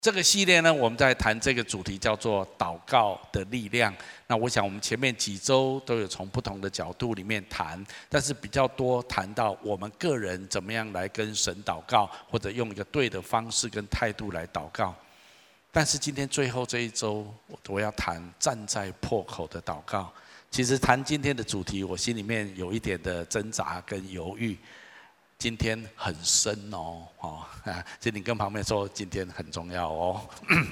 这个系列呢，我们在谈这个主题叫做祷告的力量。那我想我们前面几周都有从不同的角度里面谈，但是比较多谈到我们个人怎么样来跟神祷告，或者用一个对的方式跟态度来祷告。但是今天最后这一周，我要谈站在破口的祷告。其实谈今天的主题，我心里面有一点的挣扎跟犹豫。今天很深哦，所以你跟旁边说今天很重要哦。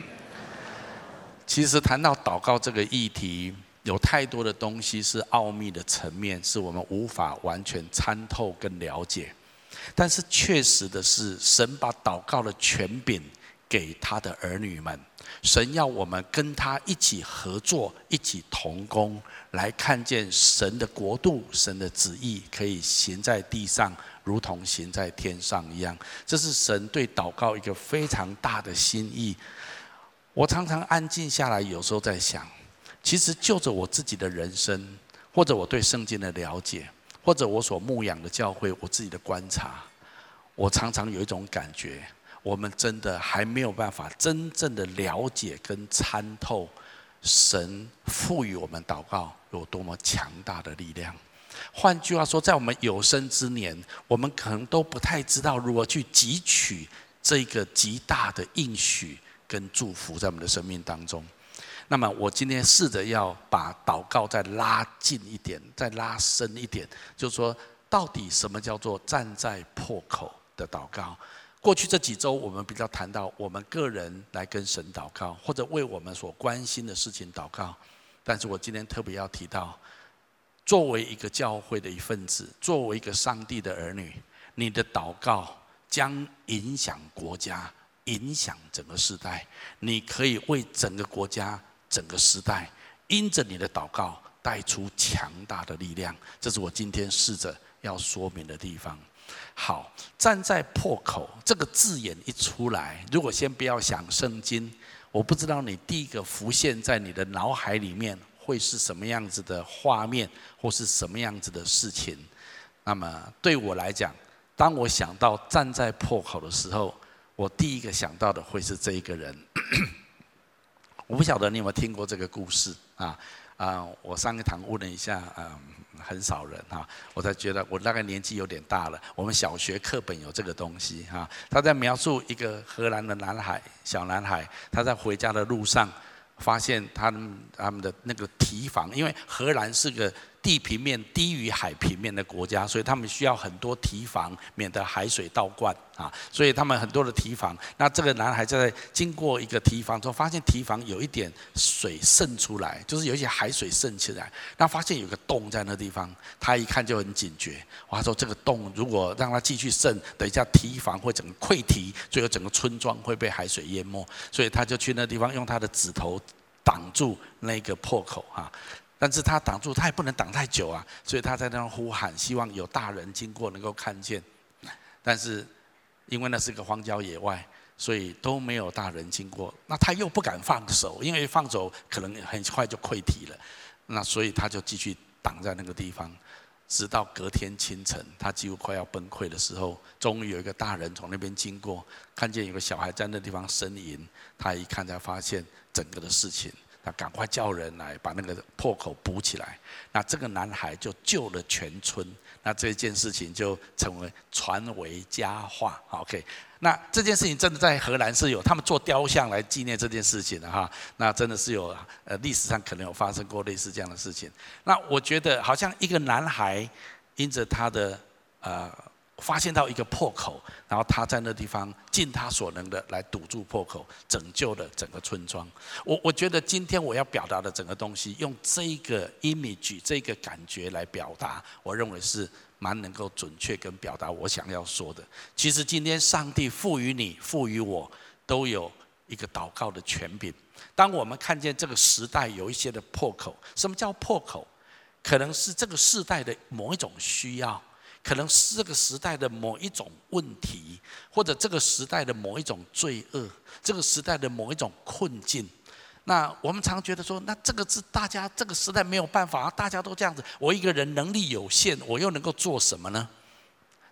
其实谈到祷告这个议题，有太多的东西是奥秘的层面，是我们无法完全参透跟了解。但是确实的是，神把祷告的权柄给他的儿女们，神要我们跟他一起合作，一起同工，来看见神的国度、神的旨意可以行在地上，如同行在天上一样。这是神对祷告一个非常大的心意。我常常安静下来，有时候在想，其实就着我自己的人生，或者我对圣经的了解，或者我所牧养的教会，我自己的观察，我常常有一种感觉，我们真的还没有办法真正的了解跟参透神赋予我们祷告有多么强大的力量。换句话说，在我们有生之年，我们可能都不太知道如何去汲取这个极大的应许跟祝福在我们的生命当中。那么我今天试着要把祷告再拉近一点，再拉深一点，就是说到底什么叫做站在破口的祷告。过去这几周我们比较谈到我们个人来跟神祷告，或者为我们所关心的事情祷告。但是我今天特别要提到，作为一个教会的一份子，作为一个上帝的儿女，你的祷告将影响国家，影响整个时代。你可以为整个国家、整个时代，因着你的祷告带出强大的力量。这是我今天试着要说明的地方。好，站在破口这个字眼一出来，如果先不要想圣经，我不知道你第一个浮现在你的脑海里面会是什么样子的画面，或是什么样子的事情。那么对我来讲，当我想到站在破口的时候，我第一个想到的会是这一个人。我不晓得你有没有听过这个故事啊？我上一堂问了一下，很少人哈，我才觉得我大概年纪有点大了。我们小学课本有这个东西哈，他在描述一个荷兰的小男孩，他在回家的路上，发现他们的那个堤防，因为荷兰是个地平面低于海平面的国家，所以他们需要很多堤防，免得海水倒灌啊。所以他们很多的堤防。那这个男孩在经过一个堤防之后，发现堤防有一点水渗出来，就是有一些海水渗起来。那发现有个洞在那地方，他一看就很警觉。他说这个洞如果让他继续渗，等一下堤防会整个溃堤，最后整个村庄会被海水淹没。所以他就去那地方用他的指头挡住那个破口啊。但是他挡住，他也不能挡太久啊，所以他在那边呼喊，希望有大人经过能够看见。但是因为那是个荒郊野外，所以都没有大人经过。那他又不敢放手，因为放手可能很快就溃堤了。那所以他就继续挡在那个地方，直到隔天清晨，他几乎快要崩溃的时候，终于有一个大人从那边经过，看见有个小孩在那地方呻吟。他一看才发现整个的事情。他赶快叫人来把那个破口补起来。那这个男孩就救了全村。那这件事情就传为佳话。OK， 那这件事情真的在荷兰是有，他们做雕像来纪念这件事情的哈。那真的是有历史上可能有发生过类似这样的事情。那我觉得好像一个男孩因着他的发现到一个破口，然后他在那地方尽他所能的来堵住破口，拯救了整个村庄。我觉得今天我要表达的整个东西，用这个 image 这个感觉来表达，我认为是蛮能够准确跟表达我想要说的。其实今天上帝赋予你、赋予我，都有一个祷告的权柄。当我们看见这个时代有一些的破口，什么叫破口？可能是这个世代的某一种需要。可能是这个时代的某一种问题，或者这个时代的某一种罪恶，这个时代的某一种困境。那我们常觉得说，那这个是大家这个时代没有办法，大家都这样子，我一个人能力有限，我又能够做什么呢？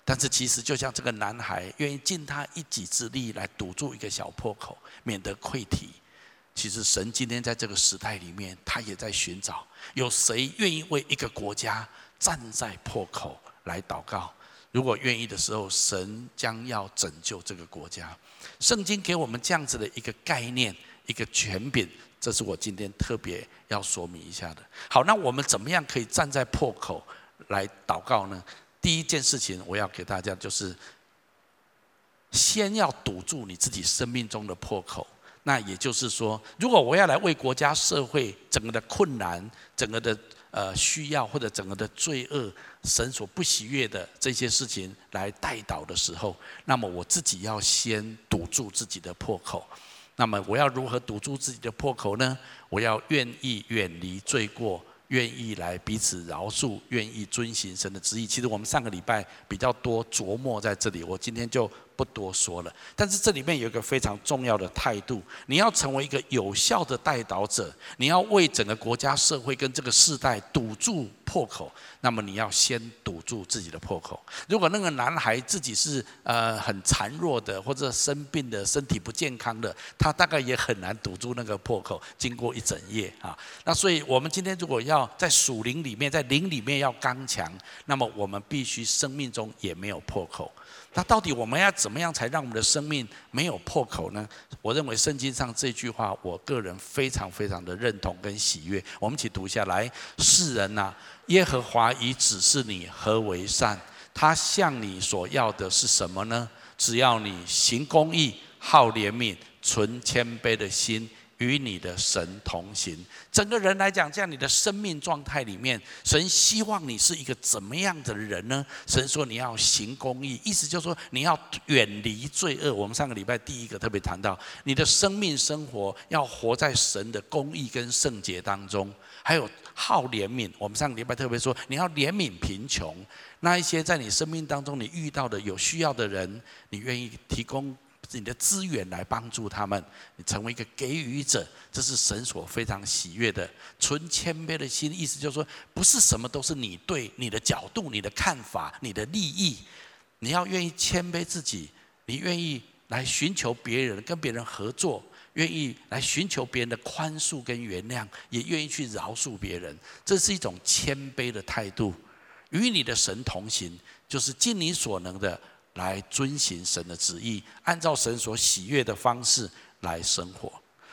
但是其实就像这个男孩愿意尽他一己之力来堵住一个小破口，免得溃堤。其实神今天在这个时代里面，他也在寻找有谁愿意为一个国家站在破口来祷告。如果愿意的时候，神将要拯救这个国家。圣经给我们这样子的一个概念，一个权柄，这是我今天特别要说明一下的。好，那我们怎么样可以站在破口来祷告呢？第一件事情我要给大家就是，先要堵住你自己生命中的破口。那也就是说，如果我要来为国家社会整个的困难、整个的需要或者整个的罪恶、神所不喜悦的这些事情来代祷的时候，那么我自己要先堵住自己的破口。那么我要如何堵住自己的破口呢？我要愿意远离罪过，愿意来彼此饶恕，愿意遵行神的旨意。其实我们上个礼拜比较多琢磨在这里，我今天就不多说了。但是这里面有一个非常重要的态度，你要成为一个有效的代祷者，你要为整个国家社会跟这个世代堵住破口，那么你要先堵住自己的破口。如果那个男孩自己是很孱弱的，或者生病的，身体不健康的，他大概也很难堵住那个破口，经过一整夜啊。那所以我们今天如果要在属灵里面，在灵里面要刚强，那么我们必须生命中也没有破口。那到底我们要怎么样才让我们的生命没有破口呢？我认为圣经上这句话，我个人非常非常的认同跟喜悦。我们一起读下来：世人啊，耶和华已指示你何为善，他向你所要的是什么呢？只要你行公义，好怜悯，存谦卑的心，与你的神同行。整个人来讲，这样你的生命状态里面，神希望你是一个怎么样的人呢？神说你要行公义，意思就是说你要远离罪恶。我们上个礼拜第一个特别谈到，你的生命生活要活在神的公义跟圣洁当中。还有好怜悯，我们上个礼拜特别说，你要怜悯贫穷，那一些在你生命当中你遇到的有需要的人，你愿意提供你的资源来帮助他们，你成为一个给予者，这是神所非常喜悦的。存谦卑的心，意思就是说，不是什么都是你对你的角度、你的看法、你的利益，你要愿意谦卑自己，你愿意来寻求别人，跟别人合作，愿意来寻求别人的宽恕跟原谅，也愿意去饶恕别人，这是一种谦卑的态度。与你的神同行，就是尽你所能的来遵行神的旨意，按照神所喜悦的方式来生活。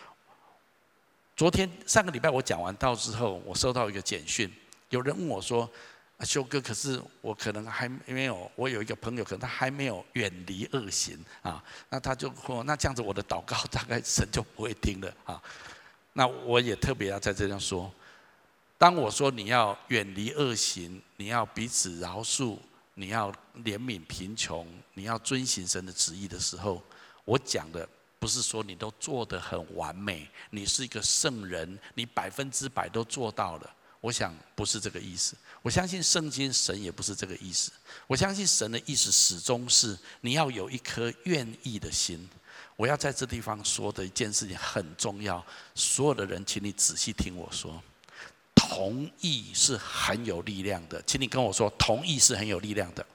上个礼拜我讲完道之后，我收到一个简讯，有人问我说：“修哥，可是我可能还没有，我有一个朋友，可能他还没有远离恶行啊。”那他就说：“那这样子，我的祷告大概神就不会听了啊。”那我也特别要在这样说：当我说你要远离恶行，你要彼此饶恕，你要怜悯贫穷，你要遵行神的旨意的时候，我讲的不是说你都做得很完美，你是一个圣人，你100%都做到了。我想不是这个意思。我相信圣经神也不是这个意思。我相信神的意思始终是你要有一颗愿意的心。我要在这地方说的一件事情很重要，所有的人请你仔细听我说。同意是很有力量的，请你跟我说，同意是很有力量的。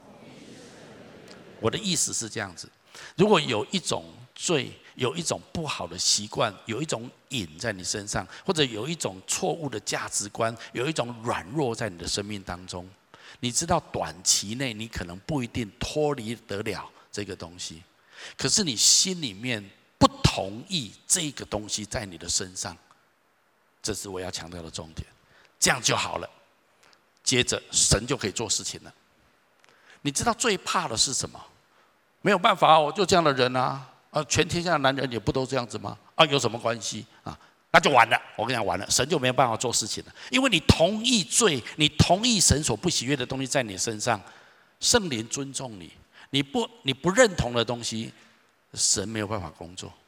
我的意思是这样子：如果有一种罪，有一种不好的习惯，有一种瘾在你身上，或者有一种错误的价值观，有一种软弱在你的生命当中，你知道短期内你可能不一定脱离得了这个东西，可是你心里面不同意这个东西在你的身上。这是我要强调的重点，这样就好了。接着神就可以做事情了。你知道最怕的是什么？没有办法，我就这样的人啊，全天下的男人也不都这样子吗？有什么关系啊？那就完了。我跟你讲，完了，神就没有办法做事情了，因为你同意罪，你同意神所不喜悦的东西在你身上，圣灵尊重你，你不认同的东西，神没有办法工作。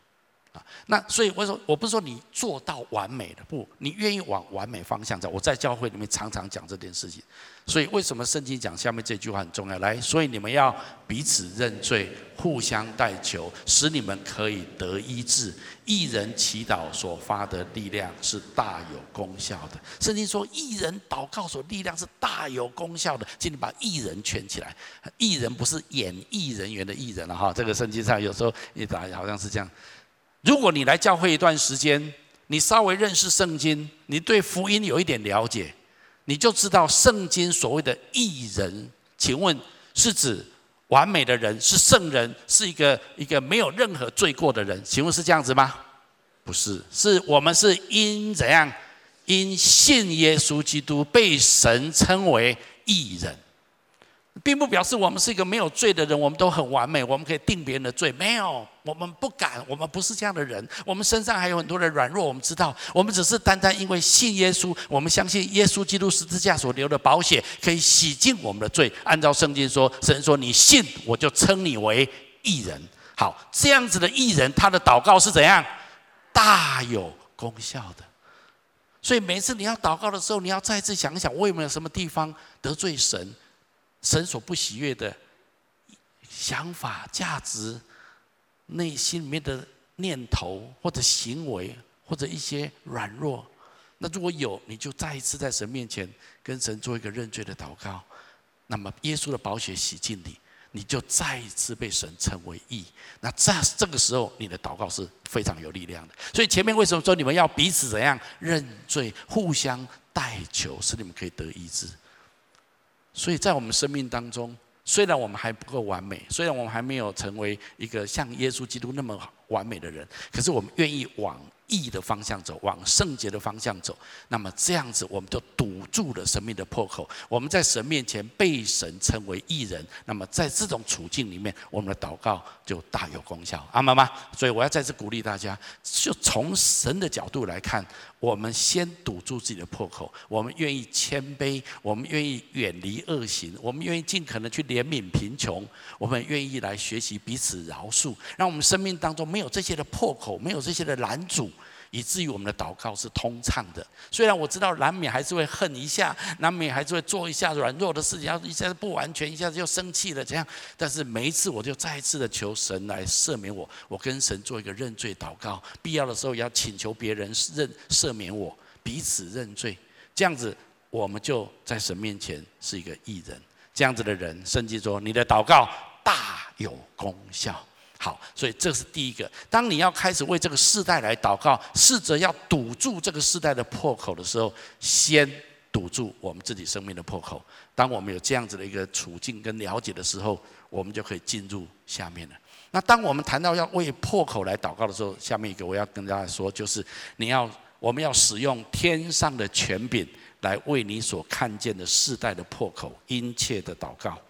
那所以我不是说你做到完美的，不，你愿意往完美方向走。我在教会里面常常讲这件事情，所以为什么圣经讲下面这句话很重要？来，所以你们要彼此认罪，互相代求，使你们可以得医治。义人祈祷所发的力量是大有功效的。圣经说，义人祷告所力量是大有功效的。请你把义人圈起来，义人不是演艺人员的艺人了哈。这个圣经上有时候一打好像是这样。如果你来教会一段时间，你稍微认识圣经，你对福音有一点了解，你就知道圣经所谓的义人，请问是指完美的人，是圣人，是一个没有任何罪过的人？请问是这样子吗？不是，是我们是因怎样？因信耶稣基督被神称为义人。并不表示我们是一个没有罪的人，我们都很完美，我们可以定别人的罪。没有，我们不敢，我们不是这样的人。我们身上还有很多的软弱，我们知道，我们只是单单因为信耶稣，我们相信耶稣基督十字架所流的宝血可以洗净我们的罪。按照圣经说，神说你信，我就称你为义人。好，这样子的义人，他的祷告是怎样？大有功效的。所以每次你要祷告的时候，你要再次想一想，我有没有什么地方得罪神？神所不喜悦的想法、价值、内心里面的念头或者行为，或者一些软弱，那如果有，你就再一次在神面前跟神做一个认罪的祷告。那么耶稣的宝血洗净你，你就再一次被神称为义。那这个时候，你的祷告是非常有力量的。所以前面为什么说你们要彼此怎样认罪、互相代求，使你们可以得医治？所以在我们生命当中，虽然我们还不够完美，虽然我们还没有成为一个像耶稣基督那么完美的人，可是我们愿意往义的方向走，往圣洁的方向走。那么这样子，我们就堵住了生命的破口。我们在神面前被神称为义人。那么在这种处境里面，我们的祷告就大有功效。阿们吗？所以我要再次鼓励大家，就从神的角度来看，我们先堵住自己的破口，我们愿意谦卑，我们愿意远离恶行，我们愿意尽可能去怜悯贫穷，我们愿意来学习彼此饶恕，让我们生命当中没有这些的破口，没有这些的拦阻，以至于我们的祷告是通畅的。虽然我知道难免还是会恨一下，难免还是会做一下软弱的事情，一下子不完全，一下子又生气了，怎样？但是每一次我就再一次的求神来赦免我，我跟神做一个认罪祷告，必要的时候也要请求别人赦免我，彼此认罪，这样子我们就在神面前是一个义人。这样子的人，圣经说你的祷告大有功效。好，所以这是第一个。当你要开始为这个世代来祷告，试着要堵住这个世代的破口的时候，先堵住我们自己生命的破口。当我们有这样子的一个处境跟了解的时候，我们就可以进入下面了。那当我们谈到要为破口来祷告的时候，下面一个我要跟大家说，就是我们要使用天上的权柄来为你所看见的世代的破口殷切的祷告。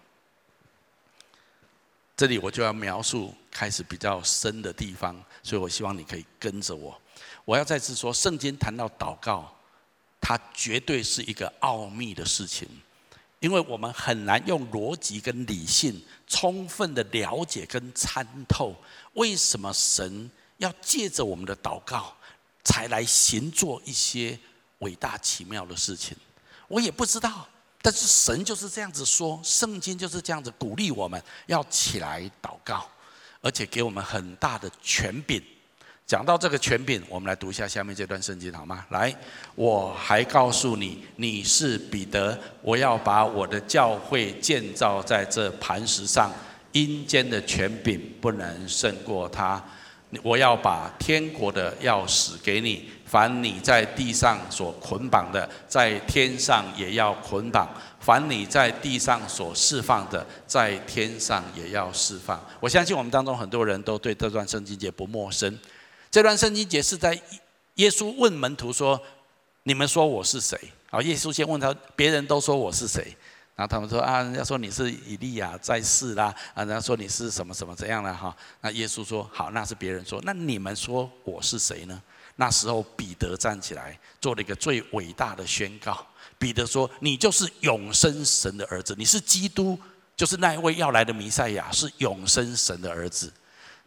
这里我就要描述开始比较深的地方，所以我希望你可以跟着我。我要再次说，圣经谈到祷告，它绝对是一个奥秘的事情，因为我们很难用逻辑跟理性充分的了解跟参透，为什么神要借着我们的祷告才来行做一些伟大奇妙的事情。我也不知道，但是神就是这样子说，圣经就是这样子鼓励我们要起来祷告，而且给我们很大的权柄。讲到这个权柄，我们来读一下下面这段圣经好吗？来，我还告诉你，你是彼得，我要把我的教会建造在这磐石上，阴间的权柄不能胜过它。我要把天国的钥匙给你，凡你在地上所捆绑的，在天上也要捆绑；凡你在地上所释放的，在天上也要释放。我相信我们当中很多人都对这段圣经节不陌生。这段圣经节是在耶稣问门徒说：“你们说我是谁？”好，耶稣先问他，别人都说我是谁？然后他们说啊，人家说你是以利亚在世啦，人家说你是什么什么怎样啦哈。那耶稣说好，那是别人说，那你们说我是谁呢？那时候彼得站起来做了一个最伟大的宣告。彼得说：“你就是永生神的儿子，你是基督，就是那一位要来的弥赛亚，是永生神的儿子。”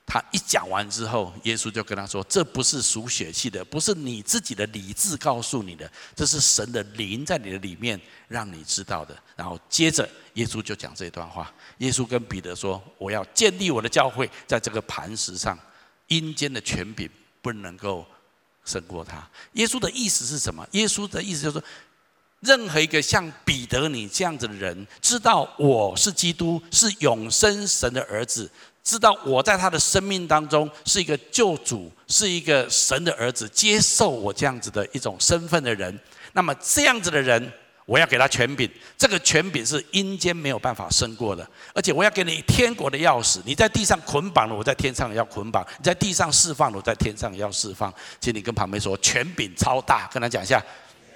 他一讲完之后，耶稣就跟他说：“这不是属血气的，不是你自己的理智告诉你的，这是神的灵在你的里面让你知道的。”然后接着耶稣就讲这段话。耶稣跟彼得说：“我要建立我的教会，在这个磐石上，阴间的权柄不能够胜过他。”耶稣的意思是什么？耶稣的意思就是说，任何一个像彼得你这样子的人，知道我是基督，是永生神的儿子，知道我在他的生命当中是一个救主，是一个神的儿子，接受我这样子的一种身份的人，那么这样子的人，我要给他权柄，这个权柄是阴间没有办法胜过的，而且我要给你天国的钥匙，你在地上捆绑了，我在天上也要捆绑；你在地上释放了，我在天上也要释放。请你跟旁边说，权柄超大，跟他讲一下。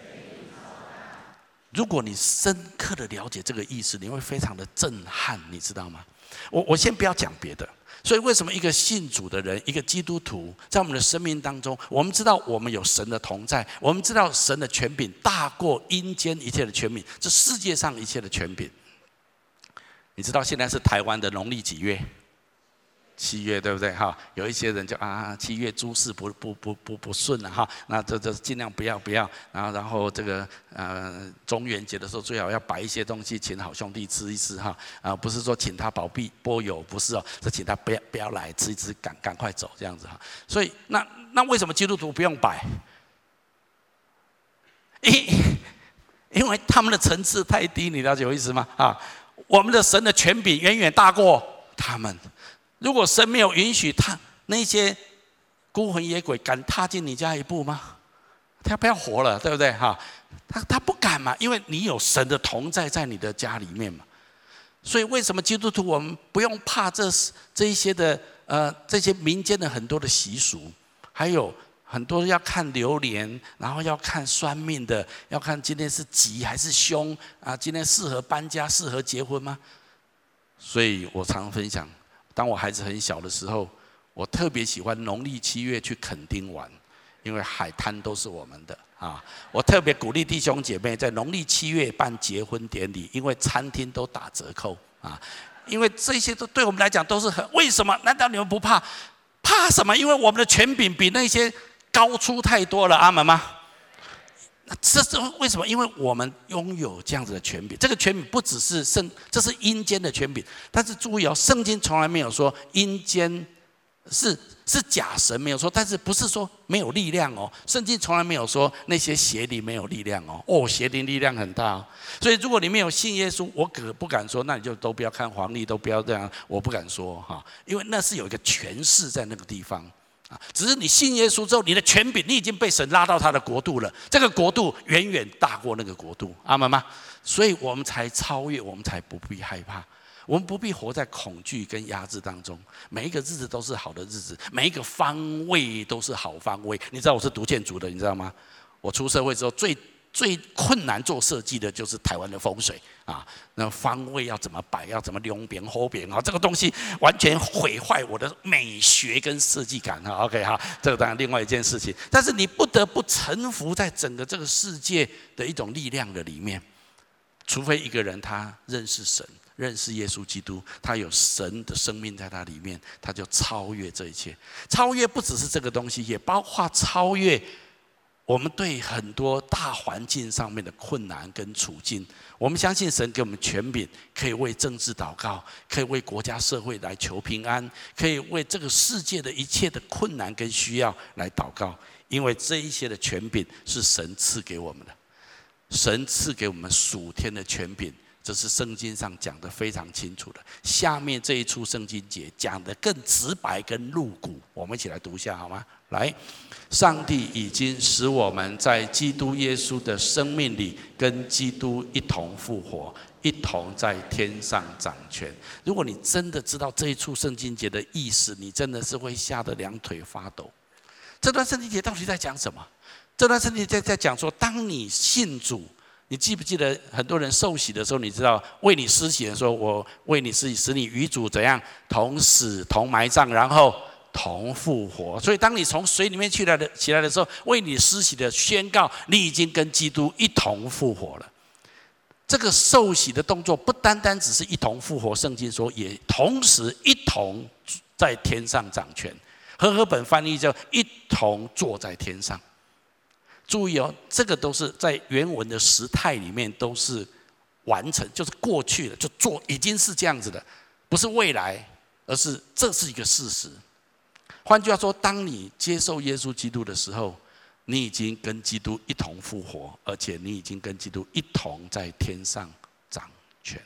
如果你深刻的了解这个意思，你会非常的震撼，你知道吗？我先不要讲别的。所以为什么一个信主的人，一个基督徒，在我们的生命当中，我们知道我们有神的同在，我们知道神的权柄大过阴间一切的权柄，这世界上一切的权柄。你知道现在是台湾的农历几月？7月，对不对？哈，有一些人就7月诸事不顺了哈，那这尽量不要，然后这个中元节的时候最好要摆一些东西请好兄弟吃一吃哈，不是说请他保庇波友，不是哦，是请他不要来吃一吃，赶快走这样子哈。所以那为什么基督徒不用摆？因为他们的层次太低，你了解我意思吗？我们的神的权柄远远大过他们。如果神没有允许他那些孤魂野鬼敢踏进你家一步吗？他不要活了，对不对？他不敢嘛，因为你有神的同在在你的家里面嘛。所以为什么基督徒我们不用怕这一些的这些民间的很多的习俗，还有很多要看流年，然后要看算命的，要看今天是吉还是凶今天适合搬家，适合结婚吗？所以我常分享。当我孩子很小的时候，我特别喜欢农历7月去垦丁玩，因为海滩都是我们的我特别鼓励弟兄姐妹在农历7月办结婚典礼，因为餐厅都打折扣因为这些都对我们来讲都是为什么？难道你们不怕？怕什么？因为我们的权柄比那些高出太多了，阿们吗？这是为什么？因为我们拥有这样子的权柄，这个权柄不只是这是阴间的权柄，但是注意圣经从来没有说阴间是假神，没有说，但是不是说没有力量圣经从来没有说那些邪灵没有力量邪灵力量很大所以如果你没有信耶稣，我可不敢说，那你就都不要看黄历，都不要这样，我不敢说因为那是有一个权势在那个地方。只是你信耶稣之后，你的权柄，你已经被神拉到他的国度了。这个国度远远大过那个国度，阿们吗？所以我们才超越，我们才不必害怕，我们不必活在恐惧跟压制当中。每一个日子都是好的日子，每一个方位都是好方位。你知道我是读建筑的，你知道吗？我出社会之后最困难做设计的就是台湾的风水那方位要怎么摆，要怎么两边后边这个东西完全毁坏我的美学跟设计感OK 这个当然另外一件事情，但是你不得不臣服在整个这个世界的一种力量的里面，除非一个人他认识神，认识耶稣基督，他有神的生命在他里面，他就超越这一切。超越不只是这个东西，也包括超越我们对很多大环境上面的困难跟处境。我们相信神给我们权柄，可以为政治祷告，可以为国家社会来求平安，可以为这个世界的一切的困难跟需要来祷告，因为这一些的权柄是神赐给我们的。神赐给我们属天的权柄，这是圣经上讲得非常清楚的。下面这一处圣经节讲得更直白跟露骨，我们一起来读一下好吗？来，上帝已经使我们在基督耶稣的生命里跟基督一同复活，一同在天上掌权。如果你真的知道这一处圣经节的意思，你真的是会吓得两腿发抖。这段圣经节到底在讲什么？这段圣经节在讲说，当你信主，你记不记得很多人受洗的时候，你知道为你施洗的时候，我为你施洗，使你与主怎样同死同埋葬，然后同复活。所以当你从水里面起来的时候，为你施洗的宣告，你已经跟基督一同复活了。这个受洗的动作不单单只是一同复活，圣经说也同时一同在天上掌权。和合本翻译叫一同坐在天上。注意哦，这个都是在原文的时态里面都是完成，就是过去了，就做已经是这样子的，不是未来，而是这是一个事实。换句话说，当你接受耶稣基督的时候，你已经跟基督一同复活，而且你已经跟基督一同在天上掌权。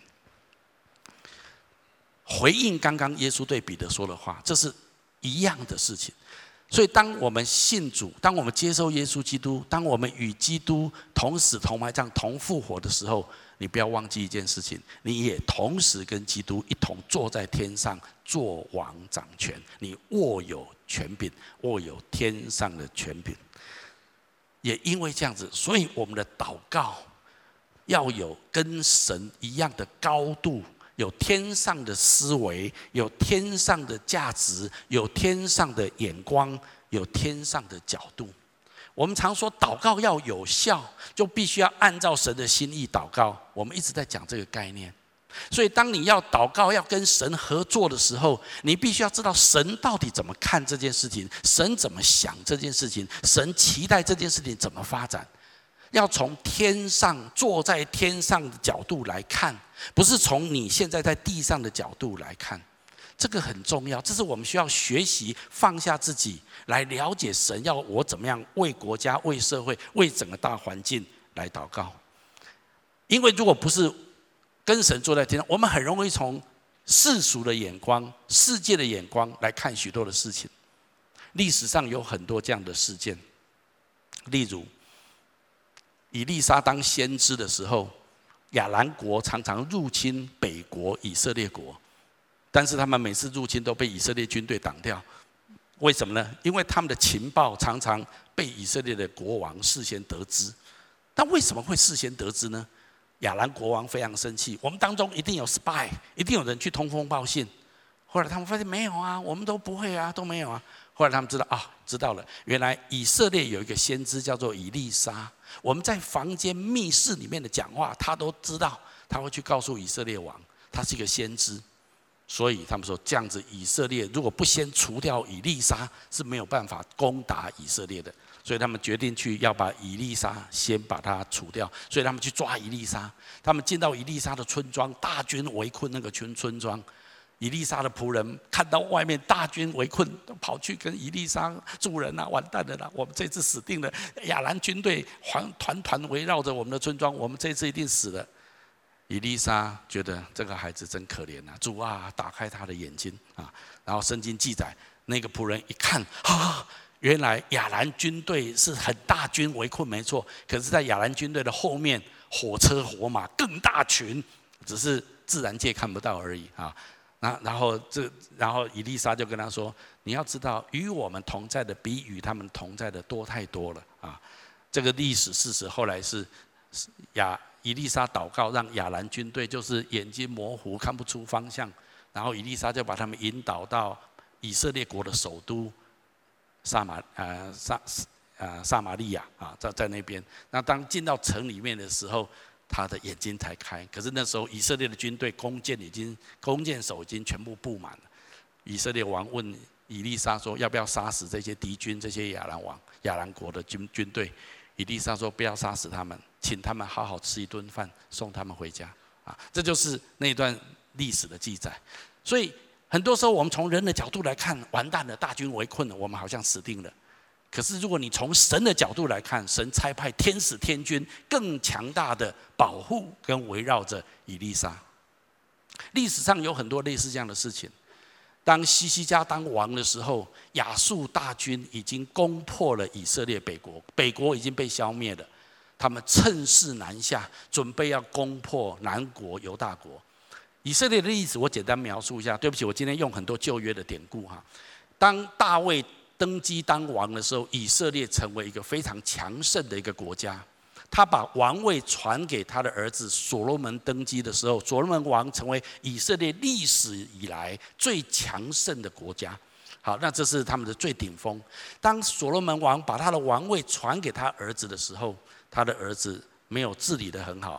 回应刚刚耶稣对彼得说的话，这是一样的事情。所以，当我们信主，当我们接受耶稣基督，当我们与基督同死同埋葬同复活的时候，你不要忘记一件事情，你也同时跟基督一同坐在天上，做王掌权，你握有权柄，握有天上的权柄。也因为这样子，所以我们的祷告要有跟神一样的高度，有天上的思维，有天上的价值，有天上的眼光，有天上的角度。我们常说祷告要有效，就必须要按照神的心意祷告。我们一直在讲这个概念。所以当你要祷告，要跟神合作的时候，你必须要知道神到底怎么看这件事情，神怎么想这件事情，神期待这件事情怎么发展。要从天上坐在天上的角度来看，不是从你现在在地上的角度来看。这个很重要，这是我们需要学习放下自己，来了解神要我怎么样为国家、为社会、为整个大环境来祷告。因为如果不是跟神坐在天上，我们很容易从世俗的眼光、世界的眼光来看许多的事情。历史上有很多这样的事件，例如以利沙当先知的时候，亚兰国常常入侵北国以色列国，但是他们每次入侵都被以色列军队挡掉。为什么呢？因为他们的情报常常被以色列的国王事先得知。但为什么会事先得知呢？亚兰国王非常生气，我们当中一定有 spy， 一定有人去通风报信。后来他们发现没有啊，我们都不会啊，都没有啊。后来他们知道了，原来以色列有一个先知叫做以利沙，我们在房间密室里面的讲话，他都知道，他会去告诉以色列王，他是一个先知。所以他们说，这样子以色列如果不先除掉以利沙，是没有办法攻打以色列的。所以他们决定要把以利沙先把它除掉。所以他们去抓以利沙，他们进到以利沙的村庄，大军围困那个村庄。以利沙的仆人看到外面大军围困，都跑去跟以利沙主人啊，完蛋了啦！我们这次死定了，亚兰军队团围绕着我们的村庄，我们这次一定死了。以利沙觉得这个孩子真可怜啊，主啊，打开他的眼睛啊！然后圣经记载，那个仆人一看原来亚兰军队是很大军围困，没错。可是，在亚兰军队的后面，火车火马更大群，只是自然界看不到而已啊。然后以利沙就跟他说：“你要知道，与我们同在的比与他们同在的多太多了啊！”这个历史事实后来是以利沙祷告，让亚兰军队就是眼睛模糊，看不出方向。然后以利沙就把他们引导到以色列国的首都撒玛利亚啊，在那边。那当进到城里面的时候，他的眼睛才开。可是那时候以色列的军队弓箭手已经全部布满了。以色列王问以利沙说：“要不要杀死这些敌军，这些亚兰国的军队？”以利沙说：“不要杀死他们，请他们好好吃一顿饭，送他们回家。”啊，这就是那段历史的记载。所以很多时候我们从人的角度来看，完蛋了，大军围困了，我们好像死定了。可是如果你从神的角度来看，神差派天使天军更强大的保护跟围绕着以利沙。历史上有很多类似这样的事情。当西西家当王的时候，亚述大军已经攻破了以色列北国，北国已经被消灭了。他们趁势南下，准备要攻破南国犹大国。以色列的历史我简单描述一下，对不起，我今天用很多旧约的典故哈。当大卫登基当王的时候，以色列成为一个非常强盛的一个国家。他把王位传给他的儿子所罗门登基的时候，所罗门王成为以色列历史以来最强盛的国家。好，那这是他们的最顶峰。当所罗门王把他的王位传给他儿子的时候，他的儿子没有治理得很好，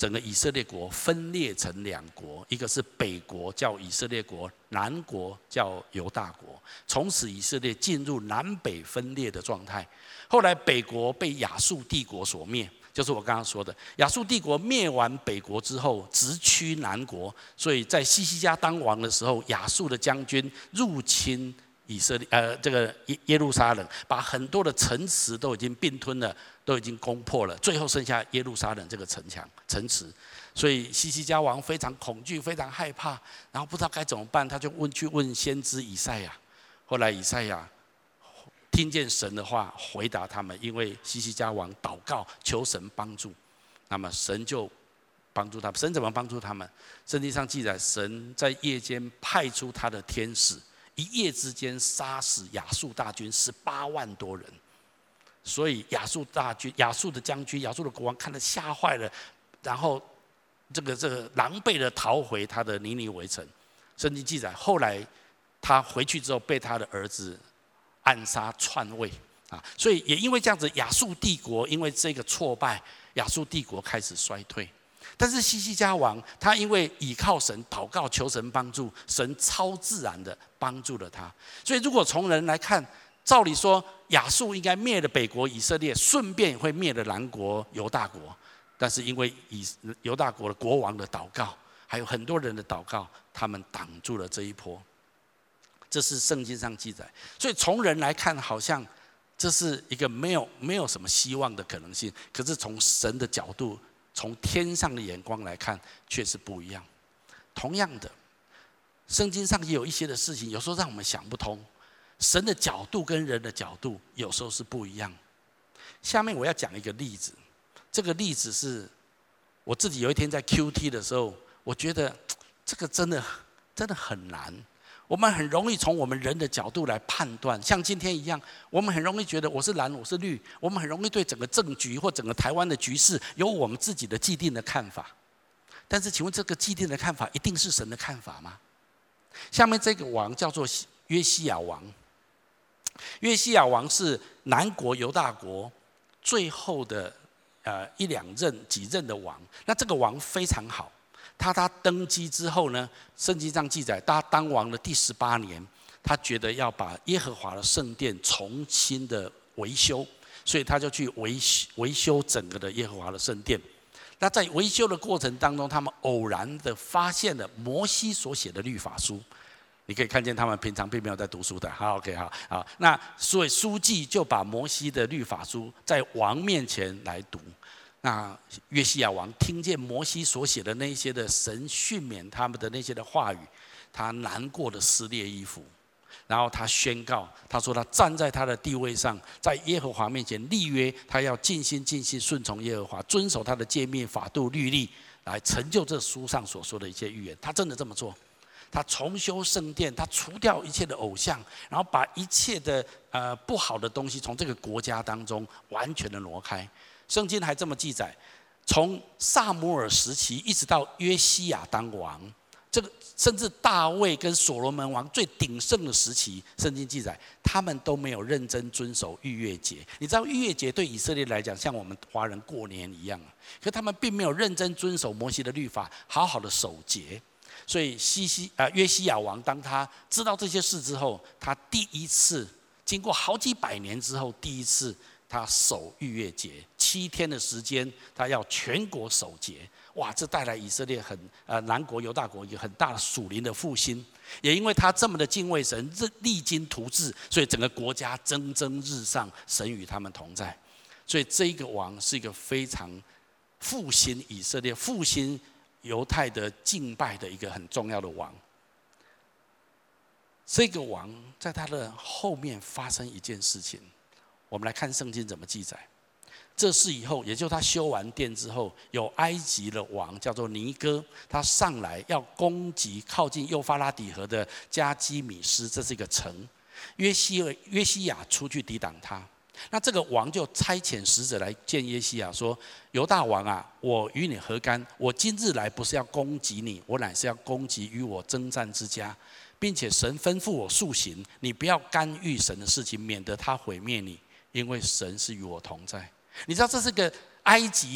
整个以色列国分裂成两国，一个是北国叫以色列国，南国叫犹大国。从此以色列进入南北分裂的状态。后来北国被亚述帝国所灭，就是我刚刚说的，亚述帝国灭完北国之后，直趋南国。所以在西西家当王的时候，亚述的将军入侵以色列，这个耶路撒冷，把很多的城池都已经并吞了，都已经攻破了，最后剩下耶路撒冷这个城池。所以西西家王非常恐惧，非常害怕，然后不知道该怎么办，他就去问先知以赛亚。后来以赛亚听见神的话，回答他们，因为西西家王祷告求神帮助，那么神就帮助他们。神怎么帮助他们？圣经上记载，神在夜间派出他的天使，一夜之间杀死亚述大军18万多人。所以亚述的将军、亚述的国王看得吓坏了，然后这个狼狈的逃回他的尼尼微城。圣经记载，后来他回去之后被他的儿子暗杀篡位啊，所以也因为这样子，亚述帝国因为这个挫败，亚述帝国开始衰退。但是西西家王他因为倚靠神祷告求神帮助，神超自然的帮助了他。所以如果从人来看，照理说亚述应该灭了北国以色列，顺便会灭了南国犹大国。但是因为犹大国的国王的祷告，还有很多人的祷告，他们挡住了这一波。这是圣经上记载。所以从人来看，好像这是一个没有什么希望的可能性。可是从神的角度，从天上的眼光来看，却是不一样。同样的，圣经上也有一些的事情，有时候让我们想不通。神的角度跟人的角度有时候是不一样。下面我要讲一个例子，这个例子是我自己有一天在 QT 的时候，我觉得这个真的很难。我们很容易从我们人的角度来判断，像今天一样，我们很容易觉得我是蓝，我是绿，我们很容易对整个政局或整个台湾的局势有我们自己的既定的看法。但是，请问这个既定的看法一定是神的看法吗？下面这个王叫做约西亚王。约西亚王是南国犹大国最后的几任的王。那这个王非常好。他登基之后呢，圣经上记载，他当王的第18年，他觉得要把耶和华的圣殿重新的维修，所以他就去维修整个的耶和华的圣殿。那在维修的过程当中，他们偶然的发现了摩西所写的律法书。你可以看见他们平常并没有在读书的。好 ，OK， 好。那所以书记就把摩西的律法书在王面前来读。那约西亚王听见摩西所写的那些的神训勉他们的那些的话语，他难过的撕裂衣服，然后他宣告，他说他站在他的地位上，在耶和华面前立约，他要尽心顺从耶和华，遵守他的诫命、法度、律例，来成就这书上所说的一切预言。他真的这么做，他重修圣殿，他除掉一切的偶像，然后把一切的不好的东西从这个国家当中完全的挪开。圣经还这么记载，从撒母耳时期一直到约西亚当王，这个甚至大卫跟所罗门王最鼎盛的时期，圣经记载他们都没有认真遵守逾越节。你知道逾越节对以色列来讲像我们华人过年一样，可他们并没有认真遵守摩西的律法，好好的守节。所以约西亚王当他知道这些事之后，他第一次经过好几百年之后，第一次他守逾越节7天的时间，他要全国守节。哇，这带来以色列南国犹大国一个很大的属灵的复兴。也因为他这么的敬畏神，励精图治，所以整个国家蒸蒸日上，神与他们同在。所以这一个王是一个非常复兴以色列、复兴犹太的敬拜的一个很重要的王。这个王在他的后面发生一件事情，我们来看圣经怎么记载。这事以后，也就是他修完殿之后，有埃及的王叫做尼哥，他上来要攻击靠近幼发拉底河的加基米斯，这是一个城。约西亚出去抵挡他。那这个王就差遣使者来见约西亚，说：“犹大王啊，我与你何干？我今日来不是要攻击你，我乃是要攻击与我征战之家，并且神吩咐我速行，你不要干预神的事情，免得他毁灭你，因为神是与我同在。”你知道这是个埃及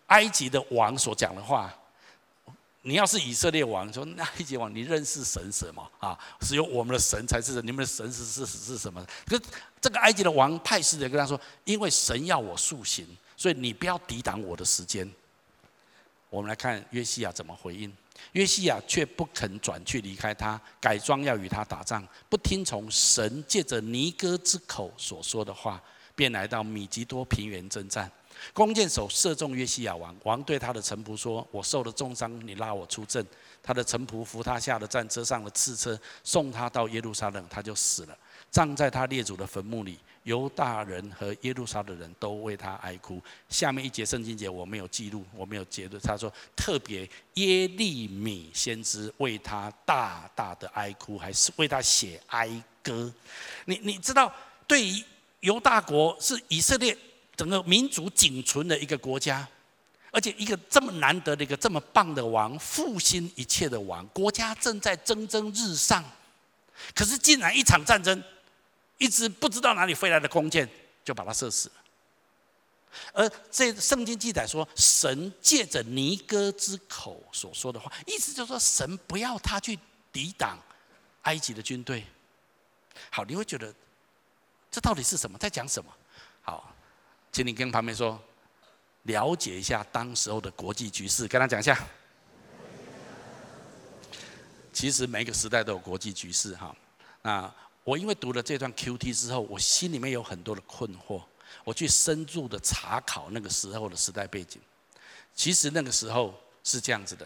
埃及的王所讲的话。你要是以色列王，说那埃及王，你认识神什么啊？只有我们的神才是神，你们的神是什么？可是这个埃及的王派使者跟他说，因为神要我速行，所以你不要抵挡我的时间。我们来看约西亚怎么回应。约西亚却不肯转去离开他，改装要与他打仗，不听从神借着尼哥之口所说的话，便来到米吉多平原征战。弓箭手射中约西亚王，王对他的臣仆说：“我受了重伤，你拉我出阵。”他的臣仆扶他下了战车，上了次车，送他到耶路撒冷，他就死了，葬在他列祖的坟墓里。犹大人和耶路撒冷人都为他哀哭。下面一节圣经节我没有记录，我没有节录。他说特别耶利米先知为他大大的哀哭，还是为他写哀歌。你知道，对于犹大国是以色列整个民族仅存的一个国家，而且一个这么难得的一个这么棒的王，复兴一切的王，国家正在蒸蒸日上，可是竟然一场战争，一直不知道哪里飞来的弓箭就把他射死了。而这圣经记载说，神借着尼哥之口所说的话，意思就是说，神不要他去抵挡埃及的军队。好，你会觉得这到底是什么？在讲什么？好，请你跟旁边说，了解一下当时候的国际局势，跟他讲一下。其实每个时代都有国际局势哈。那我因为读了这段 QT 之后，我心里面有很多的困惑，我去深入的查考那个时候的时代背景。其实那个时候是这样子的，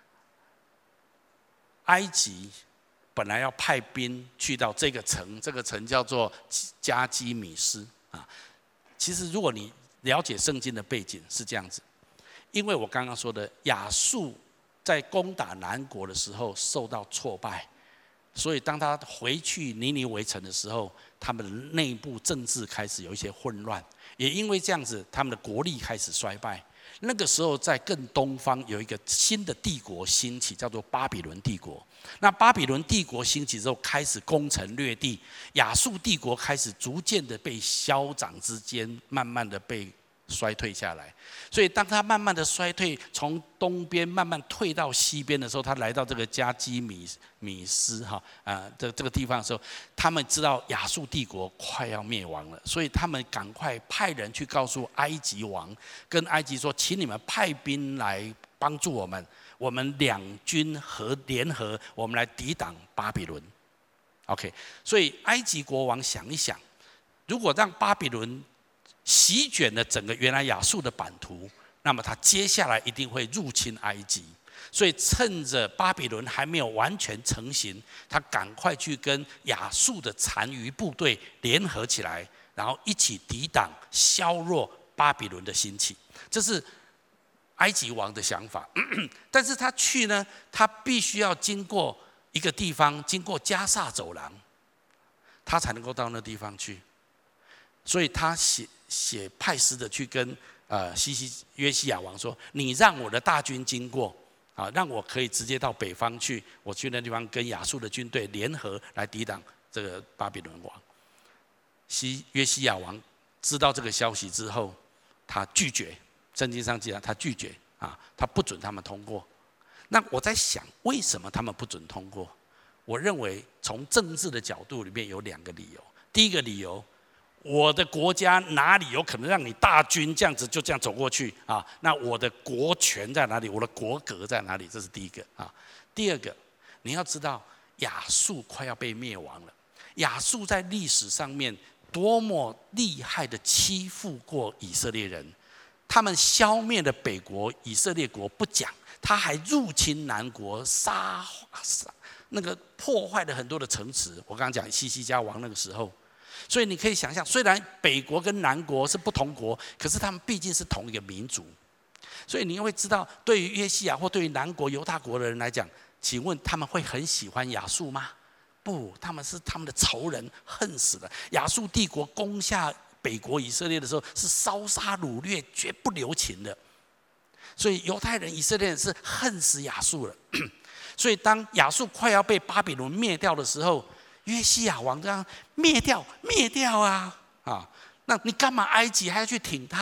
埃及本来要派兵去到这个城，这个城叫做加基米斯啊。其实如果你了解圣经的背景是这样子，因为我刚刚说的亚述在攻打南国的时候受到挫败，所以当他回去尼尼微城的时候，他们的内部政治开始有一些混乱，也因为这样子，他们的国力开始衰败。那个时候在更东方有一个新的帝国兴起，叫做巴比伦帝国。那巴比伦帝国兴起之后，开始攻城略地，亚述帝国开始逐渐的被消长之间，慢慢的被衰退下来。所以当他慢慢的衰退，从东边慢慢退到西边的时候，他来到这个加基米斯这个地方的时候，他们知道亚述帝国快要灭亡了，所以他们赶快派人去告诉埃及王，跟埃及说，请你们派兵来帮助我们，我们两军联合，我们来抵挡巴比伦。OK， 所以埃及国王想一想，如果让巴比伦席卷了整个原来亚述的版图，那么他接下来一定会入侵埃及。所以趁着巴比伦还没有完全成型，他赶快去跟亚述的残余部队联合起来，然后一起抵挡削弱巴比伦的兴起。这是埃及王的想法。但是他去呢，他必须要经过一个地方，经过加萨走廊，他才能够到那地方去。所以他派使者去跟约西亚王说：“你让我的大军经过，啊，让我可以直接到北方去，我去那地方跟亚述的军队联合来抵挡这个巴比伦王。”约西亚王知道这个消息之后，他拒绝。圣经上记载他拒绝啊，他不准他们通过。那我在想，为什么他们不准通过？我认为从政治的角度里面有两个理由。第一个理由，我的国家哪里有可能让你大军这样子就这样走过去啊？那我的国权在哪里？我的国格在哪里？这是第一个啊。第二个，你要知道亚述快要被灭亡了。亚述在历史上面多么厉害的欺负过以色列人，他们消灭了北国以色列国不讲，他还入侵南国，那个破坏了很多的城池。我刚刚讲西西家王那个时候。所以你可以想象，虽然北国跟南国是不同国，可是他们毕竟是同一个民族。所以你会知道，对于约西亚或对于南国犹大国的人来讲，请问他们会很喜欢亚述吗？不，他们是他们的仇人，恨死了。亚述帝国攻下北国以色列的时候，是烧杀掳掠，绝不留情的。所以犹太人、以色列人是恨死亚述了。所以当亚述快要被巴比伦灭掉的时候，约西亚王这样灭掉啊！那你干嘛埃及还要去挺他？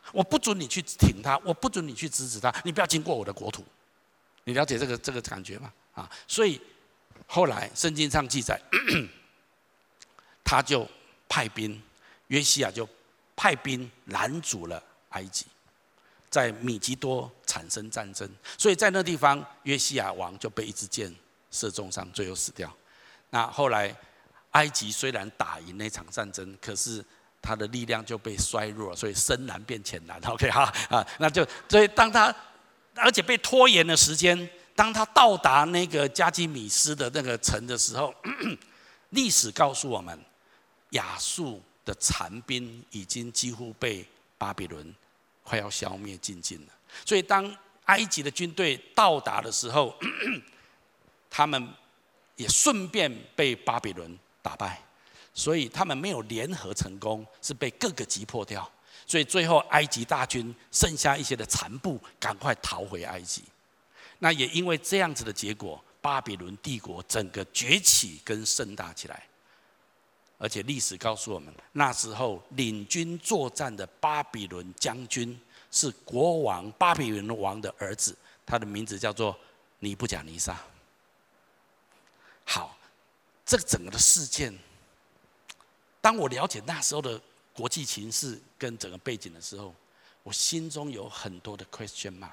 我不准你去挺他，我不准你去支持他，你不要经过我的国土。你了解这个感觉吗？啊，所以后来圣经上记载，他就派兵，约西亚就派兵拦阻了埃及，在米基多产生战争，所以在那地方约西亚王就被一支箭射中上，最后死掉。那后来埃及虽然打赢那场战争，可是他的力量就被衰弱，所以深蓝变浅蓝。OK 哈啊，那就所以当他而且被拖延了时间，当他到达那个加基米斯的那个城的时候，历史告诉我们，亚述的残兵已经几乎被巴比伦快要消灭尽尽了。所以当埃及的军队到达的时候，他们也顺便被巴比伦打败，所以他们没有联合成功，是被各个击破掉。所以最后埃及大军剩下一些的残部，赶快逃回埃及。那也因为这样子的结果，巴比伦帝国整个崛起跟盛大起来。而且历史告诉我们，那时候领军作战的巴比伦将军是国王巴比伦王的儿子，他的名字叫做尼布甲尼撒。好，这整个的事件，当我了解那时候的国际情势跟整个背景的时候，我心中有很多的 question mark。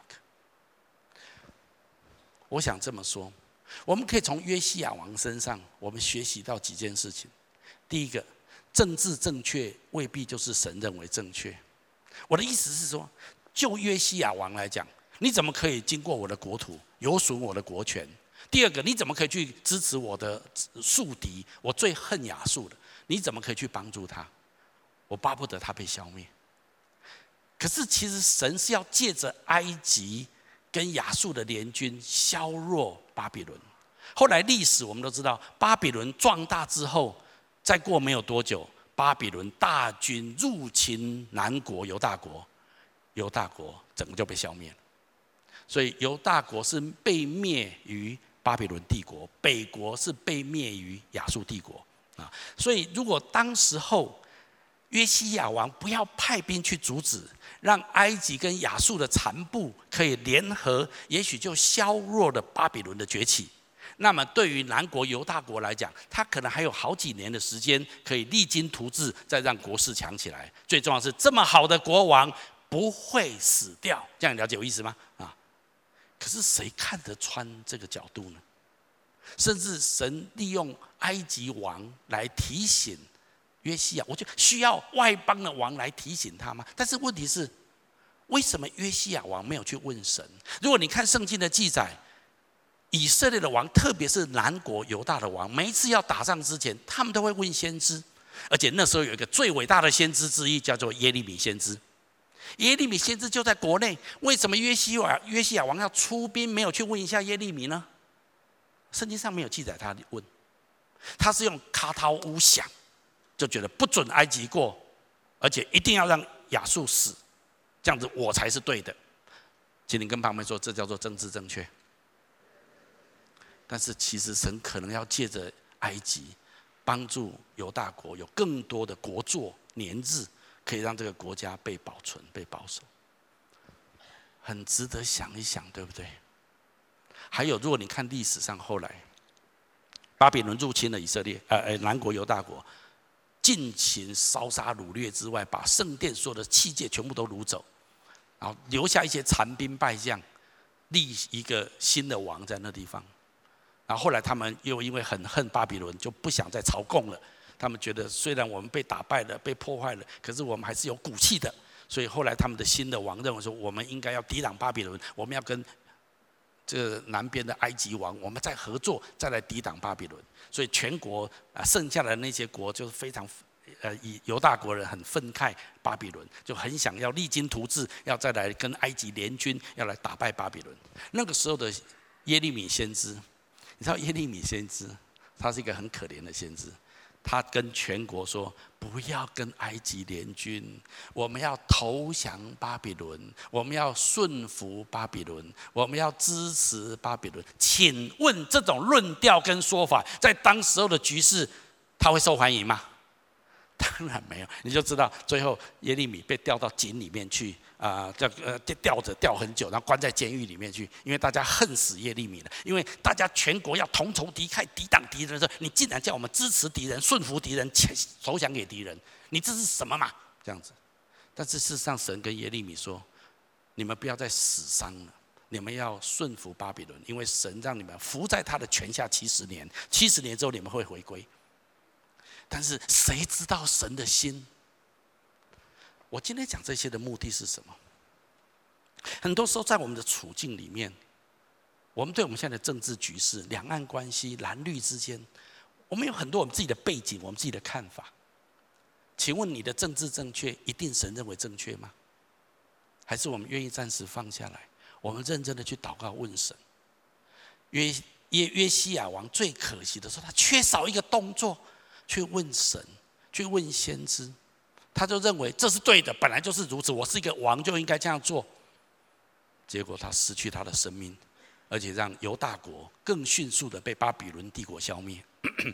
我想这么说，我们可以从约西亚王身上，我们学习到几件事情。第一个，政治正确未必就是神认为正确。我的意思是说，就约西亚王来讲，你怎么可以经过我的国土，有损我的国权？第二个，你怎么可以去支持我的宿敌？我最恨亚述的，你怎么可以去帮助他？我巴不得他被消灭。可是其实神是要借着埃及跟亚述的联军削弱巴比伦。后来历史我们都知道，巴比伦壮大之后，再过没有多久，巴比伦大军入侵南国犹大国，犹大国整个就被消灭了。所以犹大国是被灭于巴比伦帝国，北国是被灭于亚述帝国啊。所以如果当时候约西亚王不要派兵去阻止，让埃及跟亚述的残部可以联合，也许就削弱了巴比伦的崛起。那么对于南国犹大国来讲，他可能还有好几年的时间可以励精图治，再让国势强起来。最重要的是，这么好的国王不会死掉。这样了解我意思吗？啊！可是谁看得穿这个角度呢？甚至神利用埃及王来提醒约西亚，我就需要外邦的王来提醒他吗？但是问题是，为什么约西亚王没有去问神？如果你看圣经的记载，以色列的王，特别是南国犹大的王，每一次要打仗之前，他们都会问先知。而且那时候有一个最伟大的先知之一，叫做耶利米先知。耶利米先知就在国内，为什么约西亚王要出兵，没有去问一下耶利米呢？圣经上没有记载他问，他是用卡涛乌想，就觉得不准埃及过，而且一定要让亚述死，这样子我才是对的。请你跟旁边说，这叫做政治正确。但是其实神可能要借着埃及，帮助犹大国有更多的国祚年日，可以让这个国家被保存、被保守，很值得想一想，对不对？还有，如果你看历史上后来，巴比伦入侵了以色列，南国犹大国，尽情烧杀掳掠之外，把圣殿所有的器械全部都掳走，然后留下一些残兵败将，立一个新的王在那地方。然后后来他们又因为很恨巴比伦，就不想再朝贡了。他们觉得虽然我们被打败了、被破坏了，可是我们还是有骨气的。所以后来他们的新的王认为说，我们应该要抵挡巴比伦，我们要跟这个南边的埃及王，我们再合作，再来抵挡巴比伦。所以全国剩下的那些国就是非常以犹大国人很愤慨巴比伦，就很想要励精图治，要再来跟埃及联军，要来打败巴比伦。那个时候的耶利米先知。你知道耶利米先知，他是一个很可怜的先知。他跟全国说：“不要跟埃及联军，我们要投降巴比伦，我们要顺服巴比伦，我们要支持巴比伦。”请问这种论调跟说法，在当时候的局势，他会受欢迎吗？ 当然没有，你就知道最后耶利米被调到井里面去吊很久，然后关在监狱里面去，因为大家恨死耶利米了，因为大家全国要同仇敌忾、抵挡敌人的时候，你竟然叫我们支持敌人、顺服敌人、投降给敌人，你这是什么嘛？这样子。但是事实上，神跟耶利米说：你们不要再死伤了，你们要顺服巴比伦，因为神让你们服在他的权下70年，70年之后你们会回归。但是谁知道神的心？我今天讲这些的目的是什么？很多时候在我们的处境里面，我们对我们现在的政治局势、两岸关系、蓝绿之间，我们有很多我们自己的背景、我们自己的看法。请问你的政治正确，一定神认为正确吗？还是我们愿意暂时放下来，我们认真的去祷告问神？约西亚王最可惜的时候，他缺少一个动作，去问神，去问先知。他就认为这是对的，本来就是如此，我是一个王就应该这样做。结果他失去他的生命，而且让犹大国更迅速的被巴比伦帝国消灭。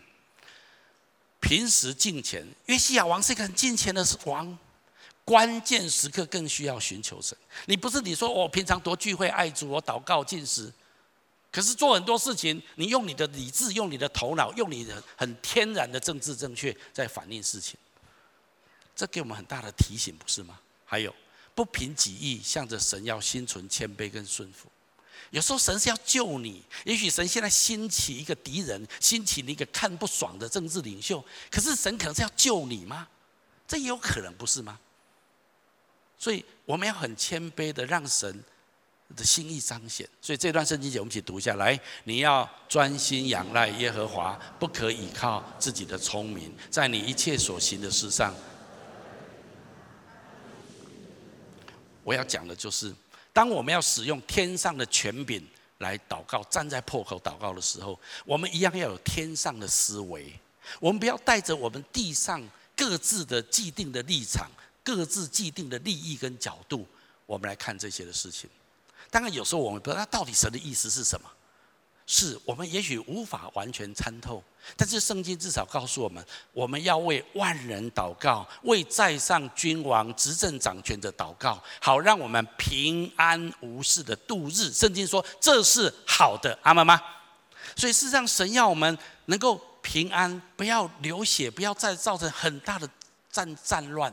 平时敬虔，约西亚王是一个很敬虔的王，关键时刻更需要寻求神。你不是你说我平常多聚会爱主，我祷告禁食，可是做很多事情，你用你的理智，用你的头脑，用你的很天然的政治正确在反映事情。这给我们很大的提醒，不是吗？还有不凭己意，向着神要心存谦卑跟顺服。有时候神是要救你，也许神现在兴起一个敌人，兴起了一个看不爽的政治领袖，可是神可能是要救你吗？这也有可能，不是吗？所以我们要很谦卑的让神的心意彰显。所以这段圣经节我们一起读下来：你要专心仰赖耶和华，不可倚靠自己的聪明，在你一切所行的事上。我要讲的就是，当我们要使用天上的权柄来祷告，站在破口祷告的时候，我们一样要有天上的思维。我们不要带着我们地上各自的既定的立场、各自既定的利益跟角度，我们来看这些的事情。当然，有时候我们不知道到底神的意思是什么。是我们也许无法完全参透，但是圣经至少告诉我们，我们要为万人祷告，为在上君王执政掌权者祷告，好让我们平安无事的度日。圣经说这是好的，阿们吗？所以事实上，神要我们能够平安，不要流血，不要再造成很大的战乱。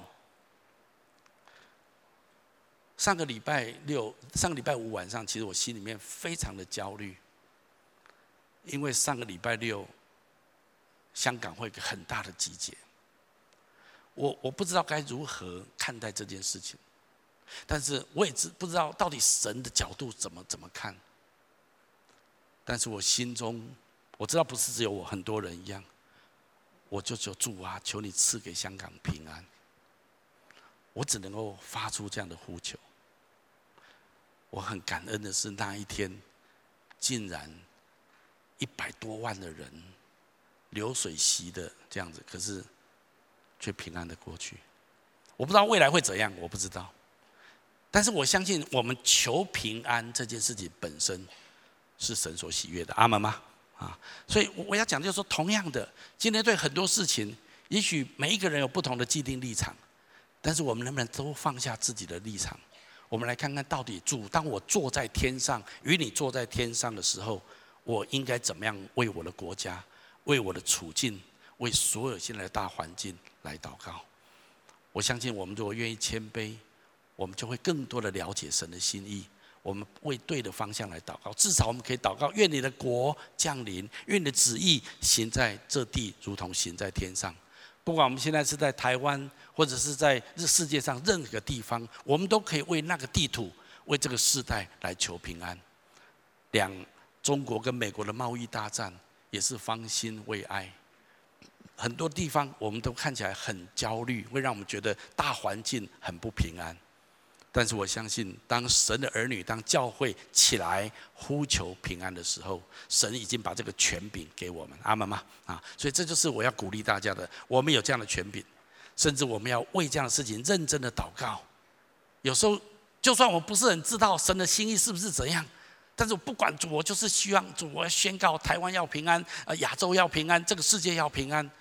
上个礼拜五晚上，其实我心里面非常的焦虑。因为上个礼拜六，香港会有一个很大的集结，我不知道该如何看待这件事情，但是我也不知道到底神的角度怎么看。但是我心中我知道不是只有我，很多人一样，我就主啊，求你赐给香港平安。我只能够发出这样的呼求。我很感恩的是那一天，竟然100多万的人流水席的这样子，可是却平安的过去。我不知道未来会怎样，我不知道。但是我相信，我们求平安这件事情本身是神所喜悦的，阿们吗？所以我要讲就是说，同样的，今天对很多事情，也许每一个人有不同的既定立场，但是我们能不能都放下自己的立场？我们来看看到底主，当我坐在天上，与你坐在天上的时候，我应该怎么样为我的国家、为我的处境、为所有现在的大环境来祷告？我相信，我们如果愿意谦卑，我们就会更多的了解神的心意。我们为对的方向来祷告，至少我们可以祷告：愿你的国降临，愿你的旨意行在这地，如同行在天上。不管我们现在是在台湾，或者是在世界上任何个地方，我们都可以为那个地土、为这个世代来求平安。中国跟美国的贸易大战也是方兴未艾，很多地方我们都看起来很焦虑，会让我们觉得大环境很不平安。但是我相信，当神的儿女、当教会起来呼求平安的时候，神已经把这个权柄给我们，阿们吗？所以这就是我要鼓励大家的。我们有这样的权柄，甚至我们要为这样的事情认真的祷告。有时候，就算我不是很知道神的心意是不是怎样，但是我不管主，我就是希望主，我要宣告台湾要平安，亚洲要平安，这个世界要平安。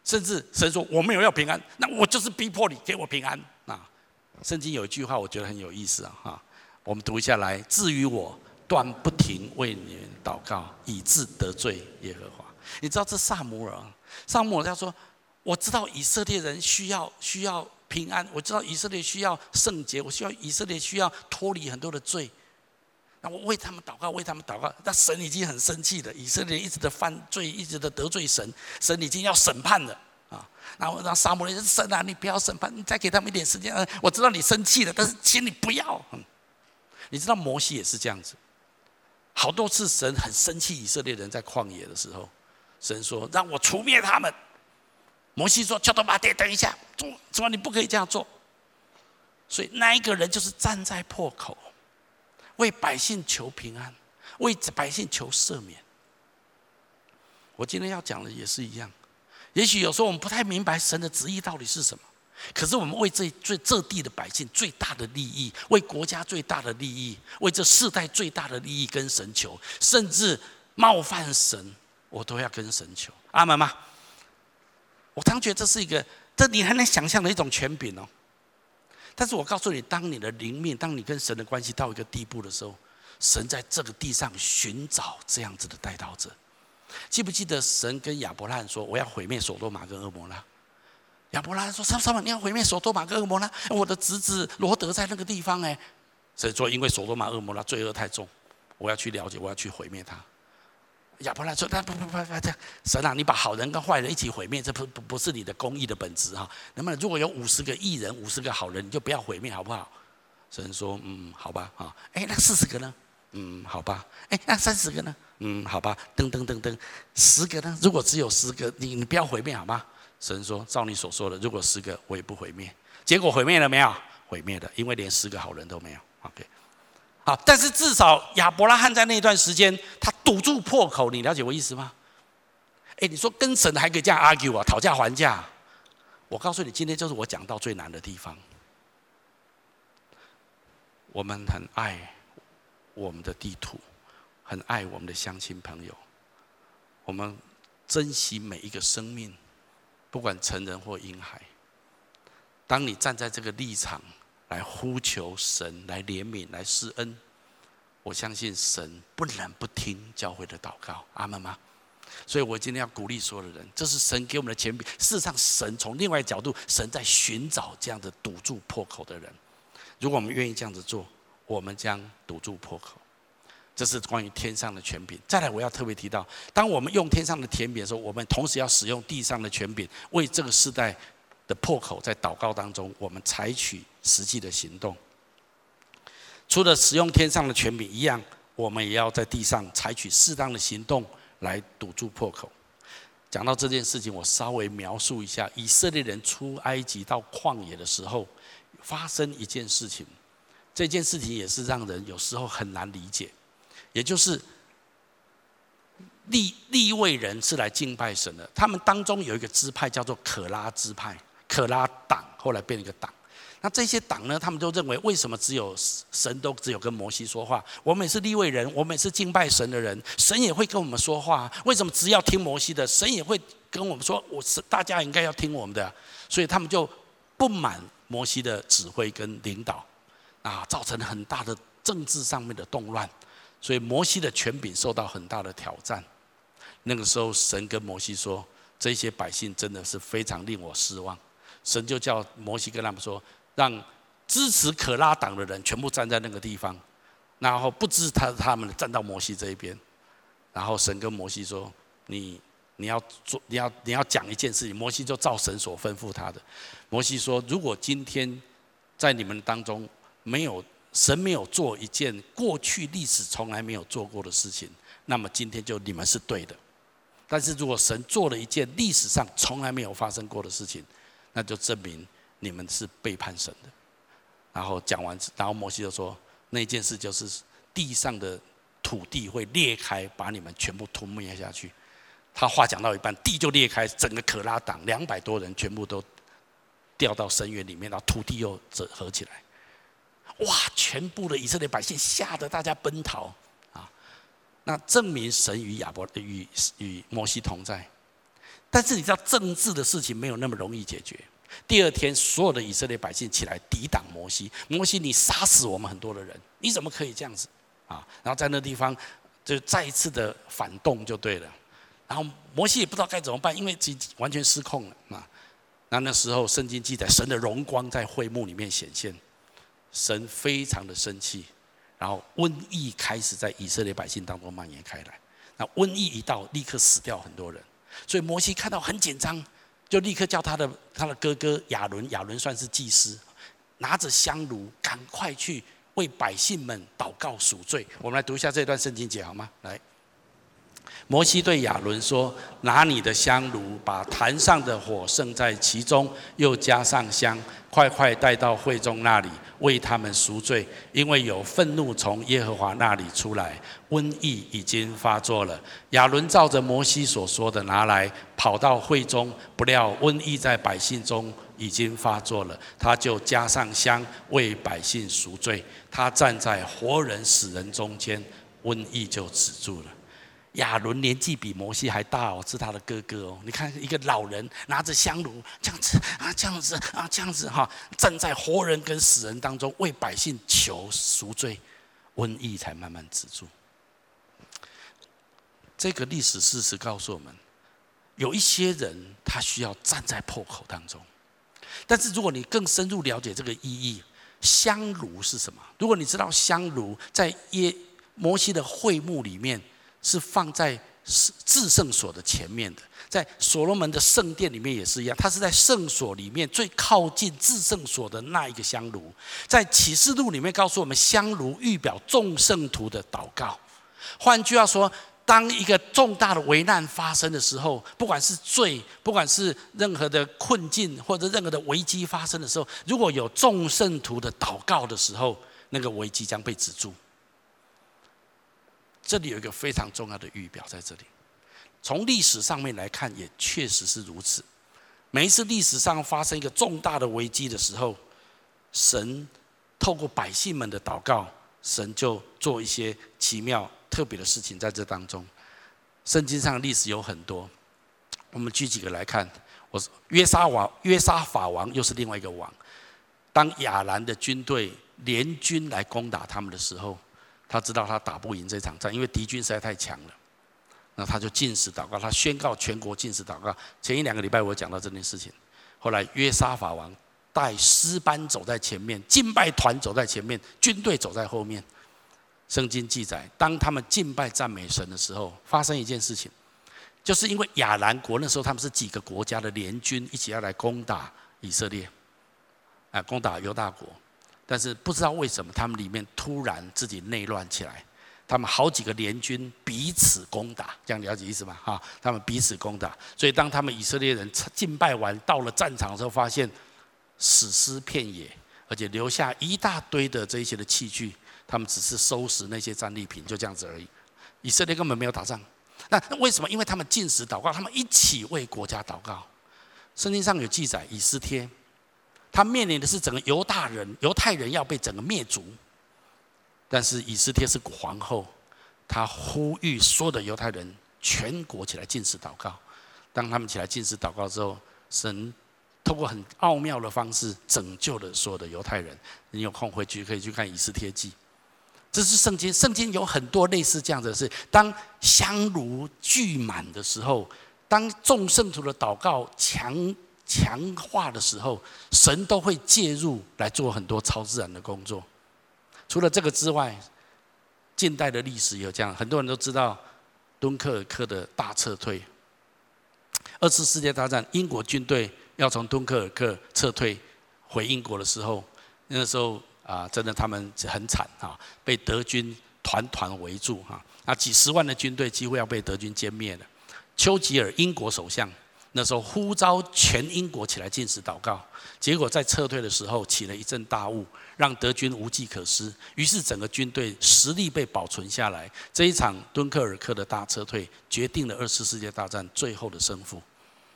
甚至神说我没有要平安，那我就是逼迫你给我平安啊。圣经有一句话我觉得很有意思啊，我们读下来：至于我，断不停为你们祷告，以致得罪耶和华。你知道这撒母耳他说，我知道以色列人需要平安，我知道以色列需要圣洁，我需要以色列需要脱离很多的罪。那我为他们祷告，那神已经很生气了，以色列一直的犯罪，一直的得罪神，神已经要审判了啊。然后让撒母耳说：“神啊，你不要审判，你再给他们一点时间。我知道你生气了，但是请你不要。”你知道摩西也是这样子，好多次神很生气以色列人在旷野的时候，神说：“让我除灭他们。”摩西说：“丘多巴爹，等一下，怎么你不可以这样做？”所以那一个人就是站在破口，为百姓求平安，为百姓求赦免。我今天要讲的也是一样，也许有时候我们不太明白神的旨意到底是什么，可是我们为这地的百姓最大的利益，为国家最大的利益，为这世代最大的利益跟神求，甚至冒犯神，我都要跟神求。阿们吗？我常觉得这是一个，这你很难想象的一种权柄哦。但是我告诉你，当你的灵命，当你跟神的关系到一个地步的时候，神在这个地上寻找这样子的代祷者。记不记得神跟亚伯拉罕说：“我要毁灭所多玛跟蛾摩拉。”亚伯拉罕说：“什么？你要毁灭所多玛跟蛾摩拉？我的侄子罗德在那个地方哎。”神说：“因为所多玛、蛾摩拉罪恶太重，我要去了解，我要去毁灭他。”亚伯拉罕说：“不，神啊，你把好人跟坏人一起毁灭，这不是你的公义的本质哈。那么如果有50个义人，50个好人，你就不要毁灭，好不好？”神说：“好吧啊。那40个呢？好吧。那30个呢？好吧。等，10个呢？如果只有10个，你不要毁灭好吗？”神说：“照你所说的，如果10个，我也不毁灭。”结果毁灭了没有？毁灭了，因为连10个好人都没有。OK。好，但是至少亚伯拉罕在那段时间，他堵住破口，你了解我意思吗？你说跟神还可以这样 argue 啊，讨价还价。我告诉你，今天就是我讲到最难的地方。我们很爱我们的地土，很爱我们的乡亲朋友，我们珍惜每一个生命，不管成人或婴孩。当你站在这个立场来呼求神来怜悯来施恩，我相信神不能不听教会的祷告。阿们吗？所以我今天要鼓励所有的人，这是神给我们的权柄。事实上神从另外一个角度，神在寻找这样的堵住破口的人。如果我们愿意这样子做，我们将堵住破口。这是关于天上的权柄。再来我要特别提到，当我们用天上的权柄的时候，我们同时要使用地上的权柄，为这个世代的破口，在祷告当中我们采取实际的行动。除了使用天上的权柄一样，我们也要在地上采取适当的行动来堵住破口。讲到这件事情，我稍微描述一下，以色列人出埃及到旷野的时候发生一件事情，这件事情也是让人有时候很难理解，也就是利未人是来敬拜神的，他们当中有一个支派叫做可拉支派，可拉党后来变了一个党。那这些党呢，他们就认为，为什么只有神都只有跟摩西说话？我们也是利未人，我们也是敬拜神的人，神也会跟我们说话。为什么只要听摩西的，神也会跟我们说？大家应该要听我们的。所以他们就不满摩西的指挥跟领导，造成很大的政治上面的动乱。所以摩西的权柄受到很大的挑战。那个时候，神跟摩西说：“这些百姓真的是非常令我失望。”神就叫摩西跟他们说，让支持可拉党的人全部站在那个地方，然后不支持他们站到摩西这一边。然后神跟摩西说：“你要讲一件事情。”摩西就照神所吩咐他的。摩西说：“如果今天在你们当中神没有做一件过去历史从来没有做过的事情，那么今天就你们是对的。但是如果神做了一件历史上从来没有发生过的事情，那就证明你们是背叛神的。”然后讲完，然后摩西就说：“那件事就是地上的土地会裂开，把你们全部吞灭下去。”他话讲到一半，地就裂开，整个可拉党200多人全部都掉到深渊里面，然后土地又合起来。哇！全部的以色列百姓吓得大家奔逃啊！那证明神与摩西同在。 但是你知道政治的事情没有那么容易解决。第二天，所有的以色列百姓起来抵挡摩西。摩西，你杀死我们很多的人，你怎么可以这样子啊？然后在那地方就再一次的反动就对了。然后摩西也不知道该怎么办，因为完全失控了啊。那时候圣经记载，神的荣光在会幕里面显现，神非常的生气，然后瘟疫开始在以色列百姓当中蔓延开来。那瘟疫一到，立刻死掉很多人，所以摩西看到很紧张，就立刻叫他的哥哥亚伦，亚伦算是祭司，拿着香炉，赶快去为百姓们祷告赎罪。我们来读一下这段圣经节好吗？来。摩西对亚伦说：“拿你的香炉，把坛上的火盛在其中，又加上香，快快带到会众那里，为他们赎罪，因为有愤怒从耶和华那里出来，瘟疫已经发作了。”亚伦照着摩西所说的拿来，跑到会中，不料瘟疫在百姓中已经发作了，他就加上香，为百姓赎罪。他站在活人死人中间，瘟疫就止住了。亚伦年纪比摩西还大哦，是他的哥哥哦。你看一个老人拿着香炉，这样子啊，这样子啊，这样子哈，站在活人跟死人当中，为百姓求赎罪，瘟疫才慢慢止住。这个历史事实告诉我们，有一些人他需要站在破口当中。但是如果你更深入了解这个意义，香炉是什么？如果你知道香炉在摩西的会幕里面，是放在至圣所的前面的，在所罗门的圣殿里面也是一样，它是在圣所里面最靠近至圣所的那一个香炉。在启示录里面告诉我们，香炉预表众圣徒的祷告。换句话说，当一个重大的危难发生的时候，不管是罪，不管是任何的困境或者任何的危机发生的时候，如果有众圣徒的祷告的时候，那个危机将被止住。这里有一个非常重要的预表在这里，从历史上面来看，也确实是如此。每一次历史上发生一个重大的危机的时候，神透过百姓们的祷告，神就做一些奇妙特别的事情在这当中。圣经上的历史有很多，我们举几个来看。约沙法王又是另外一个王，当亚兰的军队联军来攻打他们的时候，他知道他打不赢这场战，因为敌军实在太强了。那他就禁食祷告，他宣告全国禁食祷告。前1-2个礼拜我讲到这件事情。后来约沙法王带诗班走在前面，敬拜团走在前面，军队走在后面。圣经记载，当他们敬拜赞美神的时候，发生一件事情，就是因为亚兰国那时候他们是几个国家的联军一起要来攻打以色列，攻打犹大国。但是不知道为什么，他们里面突然自己内乱起来，他们好几个联军彼此攻打，这样了解意思吗？哈，他们彼此攻打，所以当他们以色列人敬拜完到了战场的时候，发现死尸遍野，而且留下一大堆的这一些的器具，他们只是收拾那些战利品，就这样子而已。以色列根本没有打仗。那为什么？因为他们禁食祷告，他们一起为国家祷告。圣经上有记载，以斯帖他面临的是整个犹太人要被整个灭族，但是以斯帖是皇后，她呼吁所有的犹太人全国起来禁食祷告。当他们起来禁食祷告之后，神透过很奥妙的方式拯救了所有的犹太人。你有空回去可以去看以斯帖记，这是圣经。圣经有很多类似这样的事。当香炉聚满的时候，当众圣徒的祷告强化的时候，神都会介入来做很多超自然的工作。除了这个之外，近代的历史也有这样，很多人都知道敦刻尔克的大撤退。2次世界大战，英国军队要从敦刻尔克撤退回英国的时候，那时候真的他们很惨啊，被德军团团围住啊，那几十万的军队几乎要被德军歼灭了。丘吉尔英国首相那时候呼召全英国起来禁食祷告，结果在撤退的时候起了一阵大雾，让德军无计可施，于是整个军队实力被保存下来。这一场敦刻尔克的大撤退，决定了2次世界大战最后的胜负。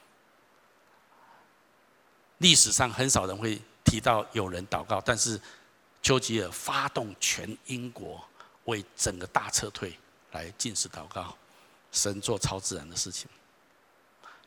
历史上很少人会提到有人祷告，但是丘吉尔发动全英国为整个大撤退来禁食祷告，神做超自然的事情。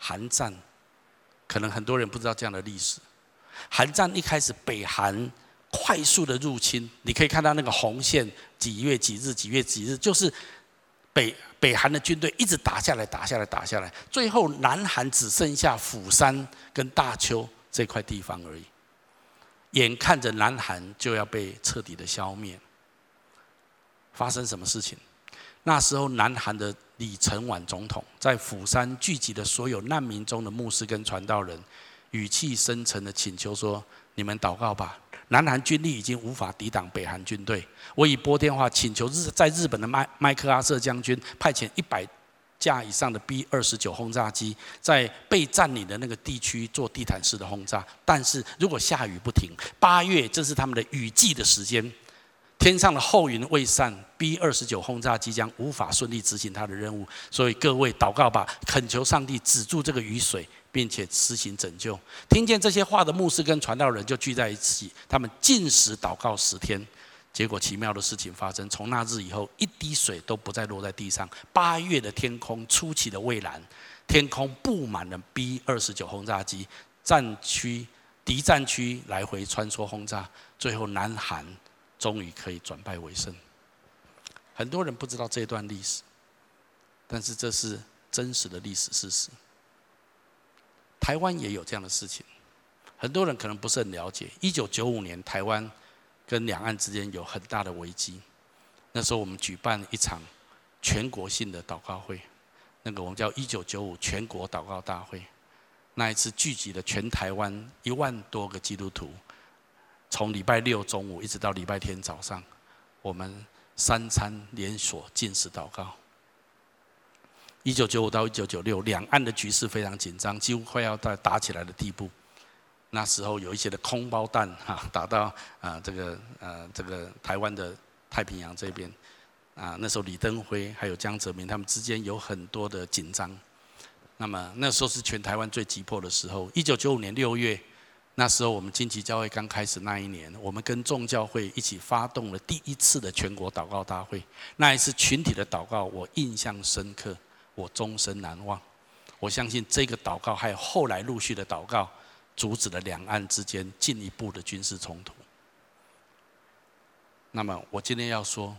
韩战，可能很多人不知道这样的历史。韩战一开始，北韩快速的入侵，你可以看到那个红线，几月几日，几月几日，就是北韩的军队一直打下来，最后南韩只剩下釜山跟大邱这块地方而已。眼看着南韩就要被彻底的消灭，发生什么事情？那时候南韩的李承晚总统在釜山聚集了所有难民中的牧师跟传道人，语气深沉的请求说：你们祷告吧，南韩军力已经无法抵挡北韩军队。我已拨电话请求在日本的麦克阿瑟将军派遣100架以上的 B-29轰炸机，在被占领的那个地区做地毯式的轰炸。但是如果下雨不停，8月这是他们的雨季的时间，天上的厚云未散 ，B-29轰炸机将无法顺利执行它的任务。所以各位祷告吧，恳求上帝止住这个雨水，并且施行拯救。听见这些话的牧师跟传道人就聚在一起，他们禁食祷告10天。结果奇妙的事情发生，从那日以后，一滴水都不再落在地上。8月的天空出奇的蔚蓝，天空布满了 B-29轰炸机，敌战区来回穿梭轰炸，最后南韩终于可以转败为胜。很多人不知道这段历史，但是这是真实的历史事实。台湾也有这样的事情，很多人可能不是很了解。1995年，台湾跟两岸之间有很大的危机，那时候我们举办一场全国性的祷告会，那个我们叫1995全国祷告大会。那一次聚集了全台湾1万多个基督徒，从礼拜六中午一直到礼拜天早上，我们3餐连锁禁食祷告。1995到1996，两岸的局势非常紧张，几乎快要到打起来的地步。那时候有一些的空包弹打到这个台湾的太平洋这边那时候李登辉还有江泽民他们之间有很多的紧张。那么那时候是全台湾最急迫的时候。1995年6月，那时候我们金旗教会刚开始那一年，我们跟众教会一起发动了第一次的全国祷告大会。那一次群体的祷告，我印象深刻，我终身难忘。我相信这个祷告还有后来陆续的祷告，阻止了两岸之间进一步的军事冲突。那么我今天要说，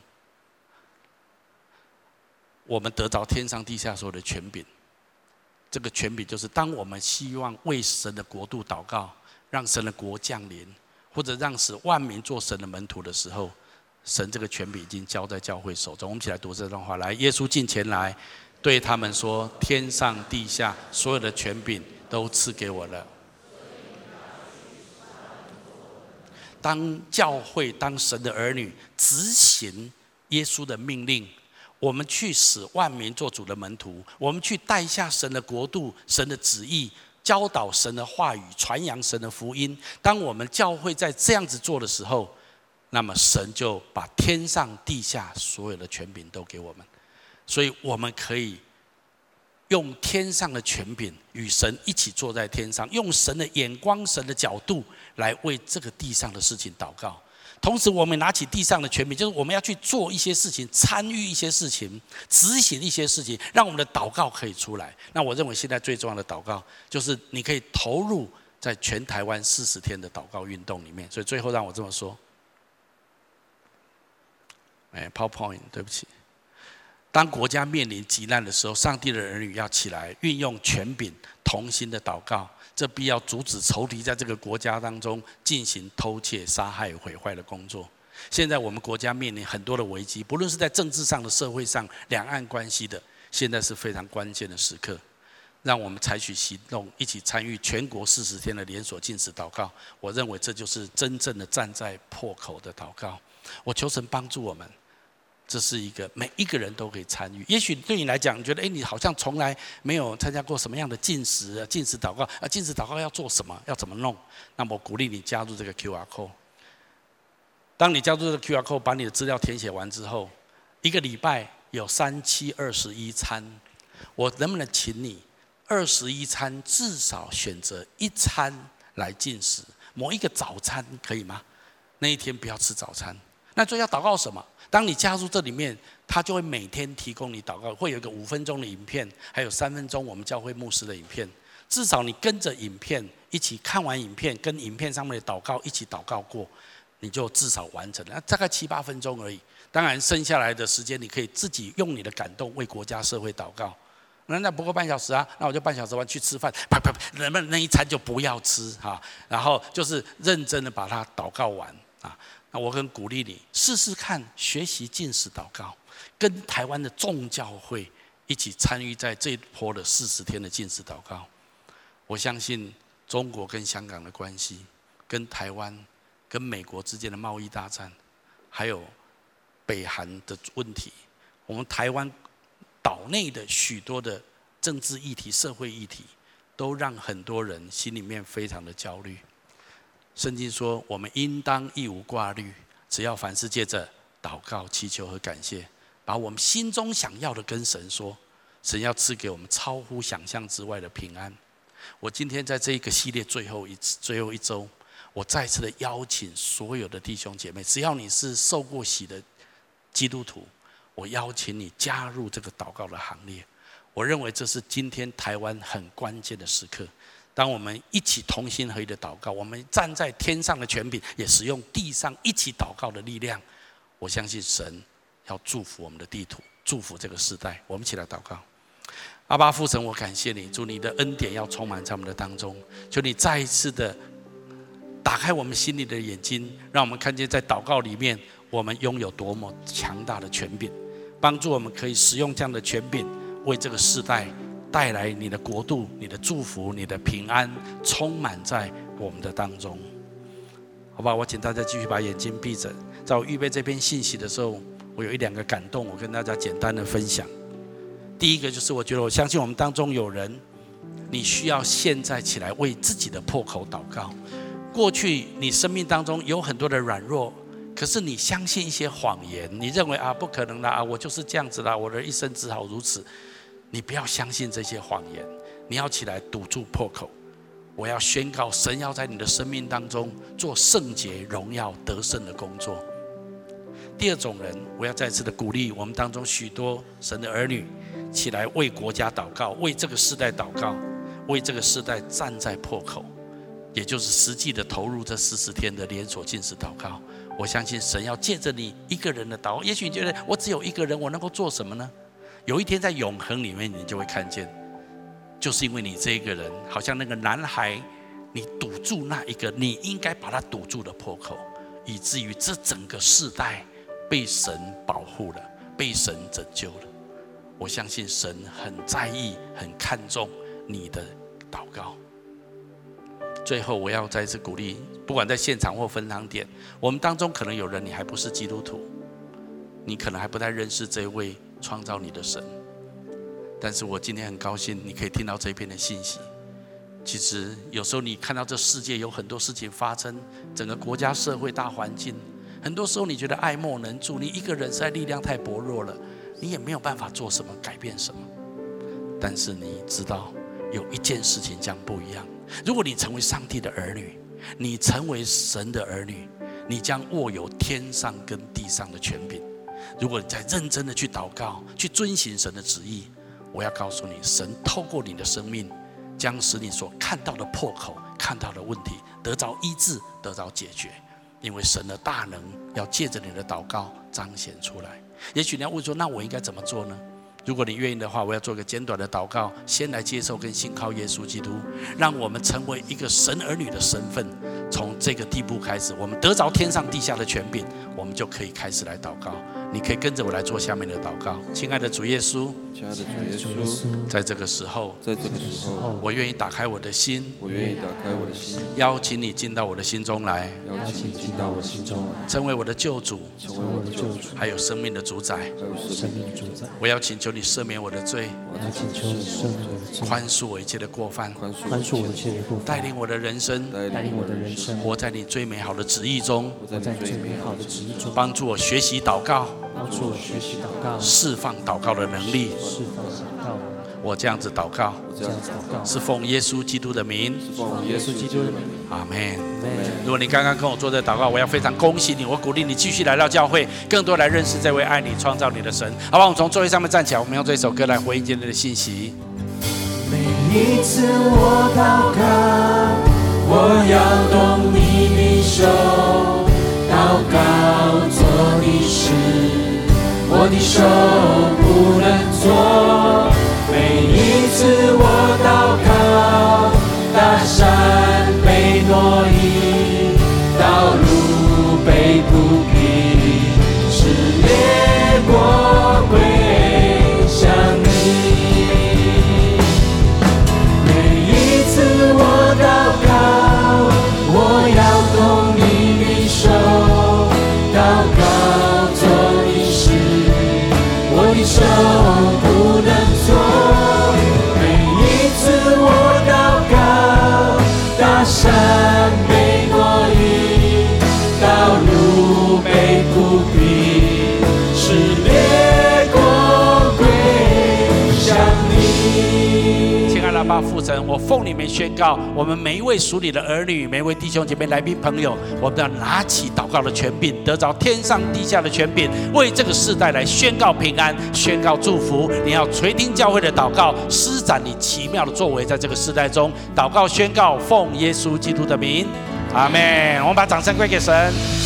我们得着天上地下所有的权柄。这个权柄就是，当我们希望为神的国度祷告，让神的国降临，或者让使万民做神的门徒的时候，神这个权柄已经交在教会手中。我们一起来读这段话。来，耶稣近前来，对他们说：天上地下所有的权柄都赐给我了。当教会，当神的儿女执行耶稣的命令，我们去使万民做主的门徒，我们去带下神的国度、神的旨意，教导神的话语，传扬神的福音。当我们教会在这样子做的时候，那么神就把天上地下所有的权柄都给我们，所以我们可以用天上的权柄与神一起坐在天上，用神的眼光、神的角度来为这个地上的事情祷告。同时我们拿起地上的权柄，就是我们要去做一些事情，参与一些事情，执行一些事情，让我们的祷告可以出来。那我认为现在最重要的祷告，就是你可以投入在全台湾40天的祷告运动里面。所以最后让我这么说，PowerPoint 对不起。当国家面临急难的时候，上帝的儿女要起来运用权柄，同心的祷告，这必要阻止仇敌在这个国家当中进行偷窃、杀害、毁坏的工作。现在我们国家面临很多的危机，不论是在政治上的、社会上、两岸关系的，现在是非常关键的时刻。让我们采取行动，一起参与全国40天的连锁禁食祷告。我认为这就是真正的站在破口的祷告。我求神帮助我们。这是一个每一个人都可以参与。也许对你来讲，你觉得你好像从来没有参加过什么样的禁食祷告禁食祷告要做什么，要怎么弄？那么我鼓励你加入这个 QR code。当你加入这个 QR code， 把你的资料填写完之后，1个礼拜有3、7、21餐，我能不能请你21餐至少选择1餐来禁食？某一个早餐可以吗？那一天不要吃早餐。 那最要祷告什么？当你加入这里面，他就会每天提供你祷告，会有一个5分钟的影片，还有3分钟我们教会牧师的影片。至少你跟着影片一起看完影片，跟影片上面的祷告一起祷告过，你就至少完成了。大概7、8分钟而已。当然，剩下来的时间你可以自己用你的感动为国家社会祷告。那不过半小时啊，那我就半小时完去吃饭，能不能那一餐就不要吃哈？然后就是认真的把它祷告完啊。那我很鼓励你试试看，学习禁食祷告，跟台湾的众教会一起参与在这一波的40天的禁食祷告。我相信中国跟香港的关系，跟台湾、跟美国之间的贸易大战，还有北韩的问题，我们台湾岛内的许多的政治议题、社会议题，都让很多人心里面非常的焦虑。圣经说，我们应当一无挂虑，只要凡事借着祷告、祈求和感谢，把我们心中想要的跟神说，神要赐给我们超乎想象之外的平安。我今天在这一个系列最后一周，我再次的邀请所有的弟兄姐妹，只要你是受过洗的基督徒，我邀请你加入这个祷告的行列。我认为这是今天台湾很关键的时刻。当我们一起同心合意的祷告，我们站在天上的权柄，也使用地上一起祷告的力量。我相信神要祝福我们的地土，祝福这个时代。我们一起来祷告。阿爸父神，我感谢你，主你的恩典要充满在我们的当中，求你再一次的打开我们心里的眼睛，让我们看见在祷告里面我们拥有多么强大的权柄，帮助我们可以使用这样的权柄，为这个世代带来你的国度、你的祝福、你的平安，充满在我们的当中。好吧，我请大家继续把眼睛闭着。在我预备这篇信息的时候，我有1、2个感动，我跟大家简单的分享。第一个就是，我相信我们当中有人，你需要现在起来为自己的破口祷告。过去你生命当中有很多的软弱，可是你相信一些谎言，你认为不可能啦，我就是这样子啦，我的一生只好如此。你不要相信这些谎言，你要起来堵住破口。我要宣告，神要在你的生命当中做圣洁、荣耀、得胜的工作。第二种人，我要再次的鼓励我们当中许多神的儿女，起来为国家祷告，为这个世代祷告，为这个世代站在破口，也就是实际的投入这40天的连锁禁食祷告。我相信神要借着你一个人的祷告，也许你觉得我只有一个人，我能够做什么呢？有一天在永恒里面，你就会看见，就是因为你这一个人，好像那个男孩，你堵住那一个你应该把它堵住的破口，以至于这整个世代被神保护了，被神拯救了。我相信神很在意、很看重你的祷告。最后，我要再次鼓励，不管在现场或分堂点，我们当中可能有人你还不是基督徒，你可能还不太认识这位创造你的神。但是我今天很高兴，你可以听到这一篇的信息。其实有时候你看到这世界有很多事情发生，整个国家、社会、大环境，很多时候你觉得爱莫能助，你一个人实在力量太薄弱了，你也没有办法做什么、改变什么。但是你知道，有一件事情将不一样。如果你成为上帝的儿女，你成为神的儿女，你将握有天上跟地上的权柄。如果你在认真的去祷告，去遵行神的旨意，我要告诉你，神透过你的生命，将使你所看到的破口、看到的问题得着医治，得着解决。因为神的大能要借着你的祷告彰显出来。也许你要问说，那我应该怎么做呢？如果你愿意的话，我要做个简短的祷告，先来接受跟信靠耶稣基督，让我们成为一个神儿女的身份。从这个地步开始，我们得着天上地下的权柄，我们就可以开始来祷告。你可以跟着我来做下面的祷告。亲爱的主耶稣， 亲爱的主耶稣， 在这个时候，我愿意打开我的心，邀请你进到我的心中来，成为我的救主，还有生命的主宰。我要请求你赦免我的罪，宽恕我一切的过犯，带领我的人生，活在你最美好的旨意中，帮助我学习祷告，释放祷告的能力。 我这样子祷告，是奉耶稣基督的名，阿们。如果你刚刚跟我做这祷告，我要非常恭喜你，我鼓励你继续来到教会，更多来认识这位爱你、创造你的神。好吧，我们从座位上面站起来，我们用这首歌来回应今天的信息。 每一次我祷告，我要动你的手，祷告做的事，我的手不能做。每一次我祷告，大山被挪移，道路被铺平，使列国归向你。每一次我祷告，我要动你的手，祷告做的事，我的手不能做。山被挪移，道路被铺平，使列国归向你。 亲爱的爸父神，我奉你们宣告，我们每一位属你的儿女，每一位弟兄姐妹、来宾朋友，我们要拿起祷告的权柄，得着天上地下的权柄，为这个世代来宣告平安，宣告祝福。你要垂听教会的祷告，施展你奇妙的作为，在这个世代中祷告宣告，奉耶稣基督的名，阿们。我们把掌声归给神。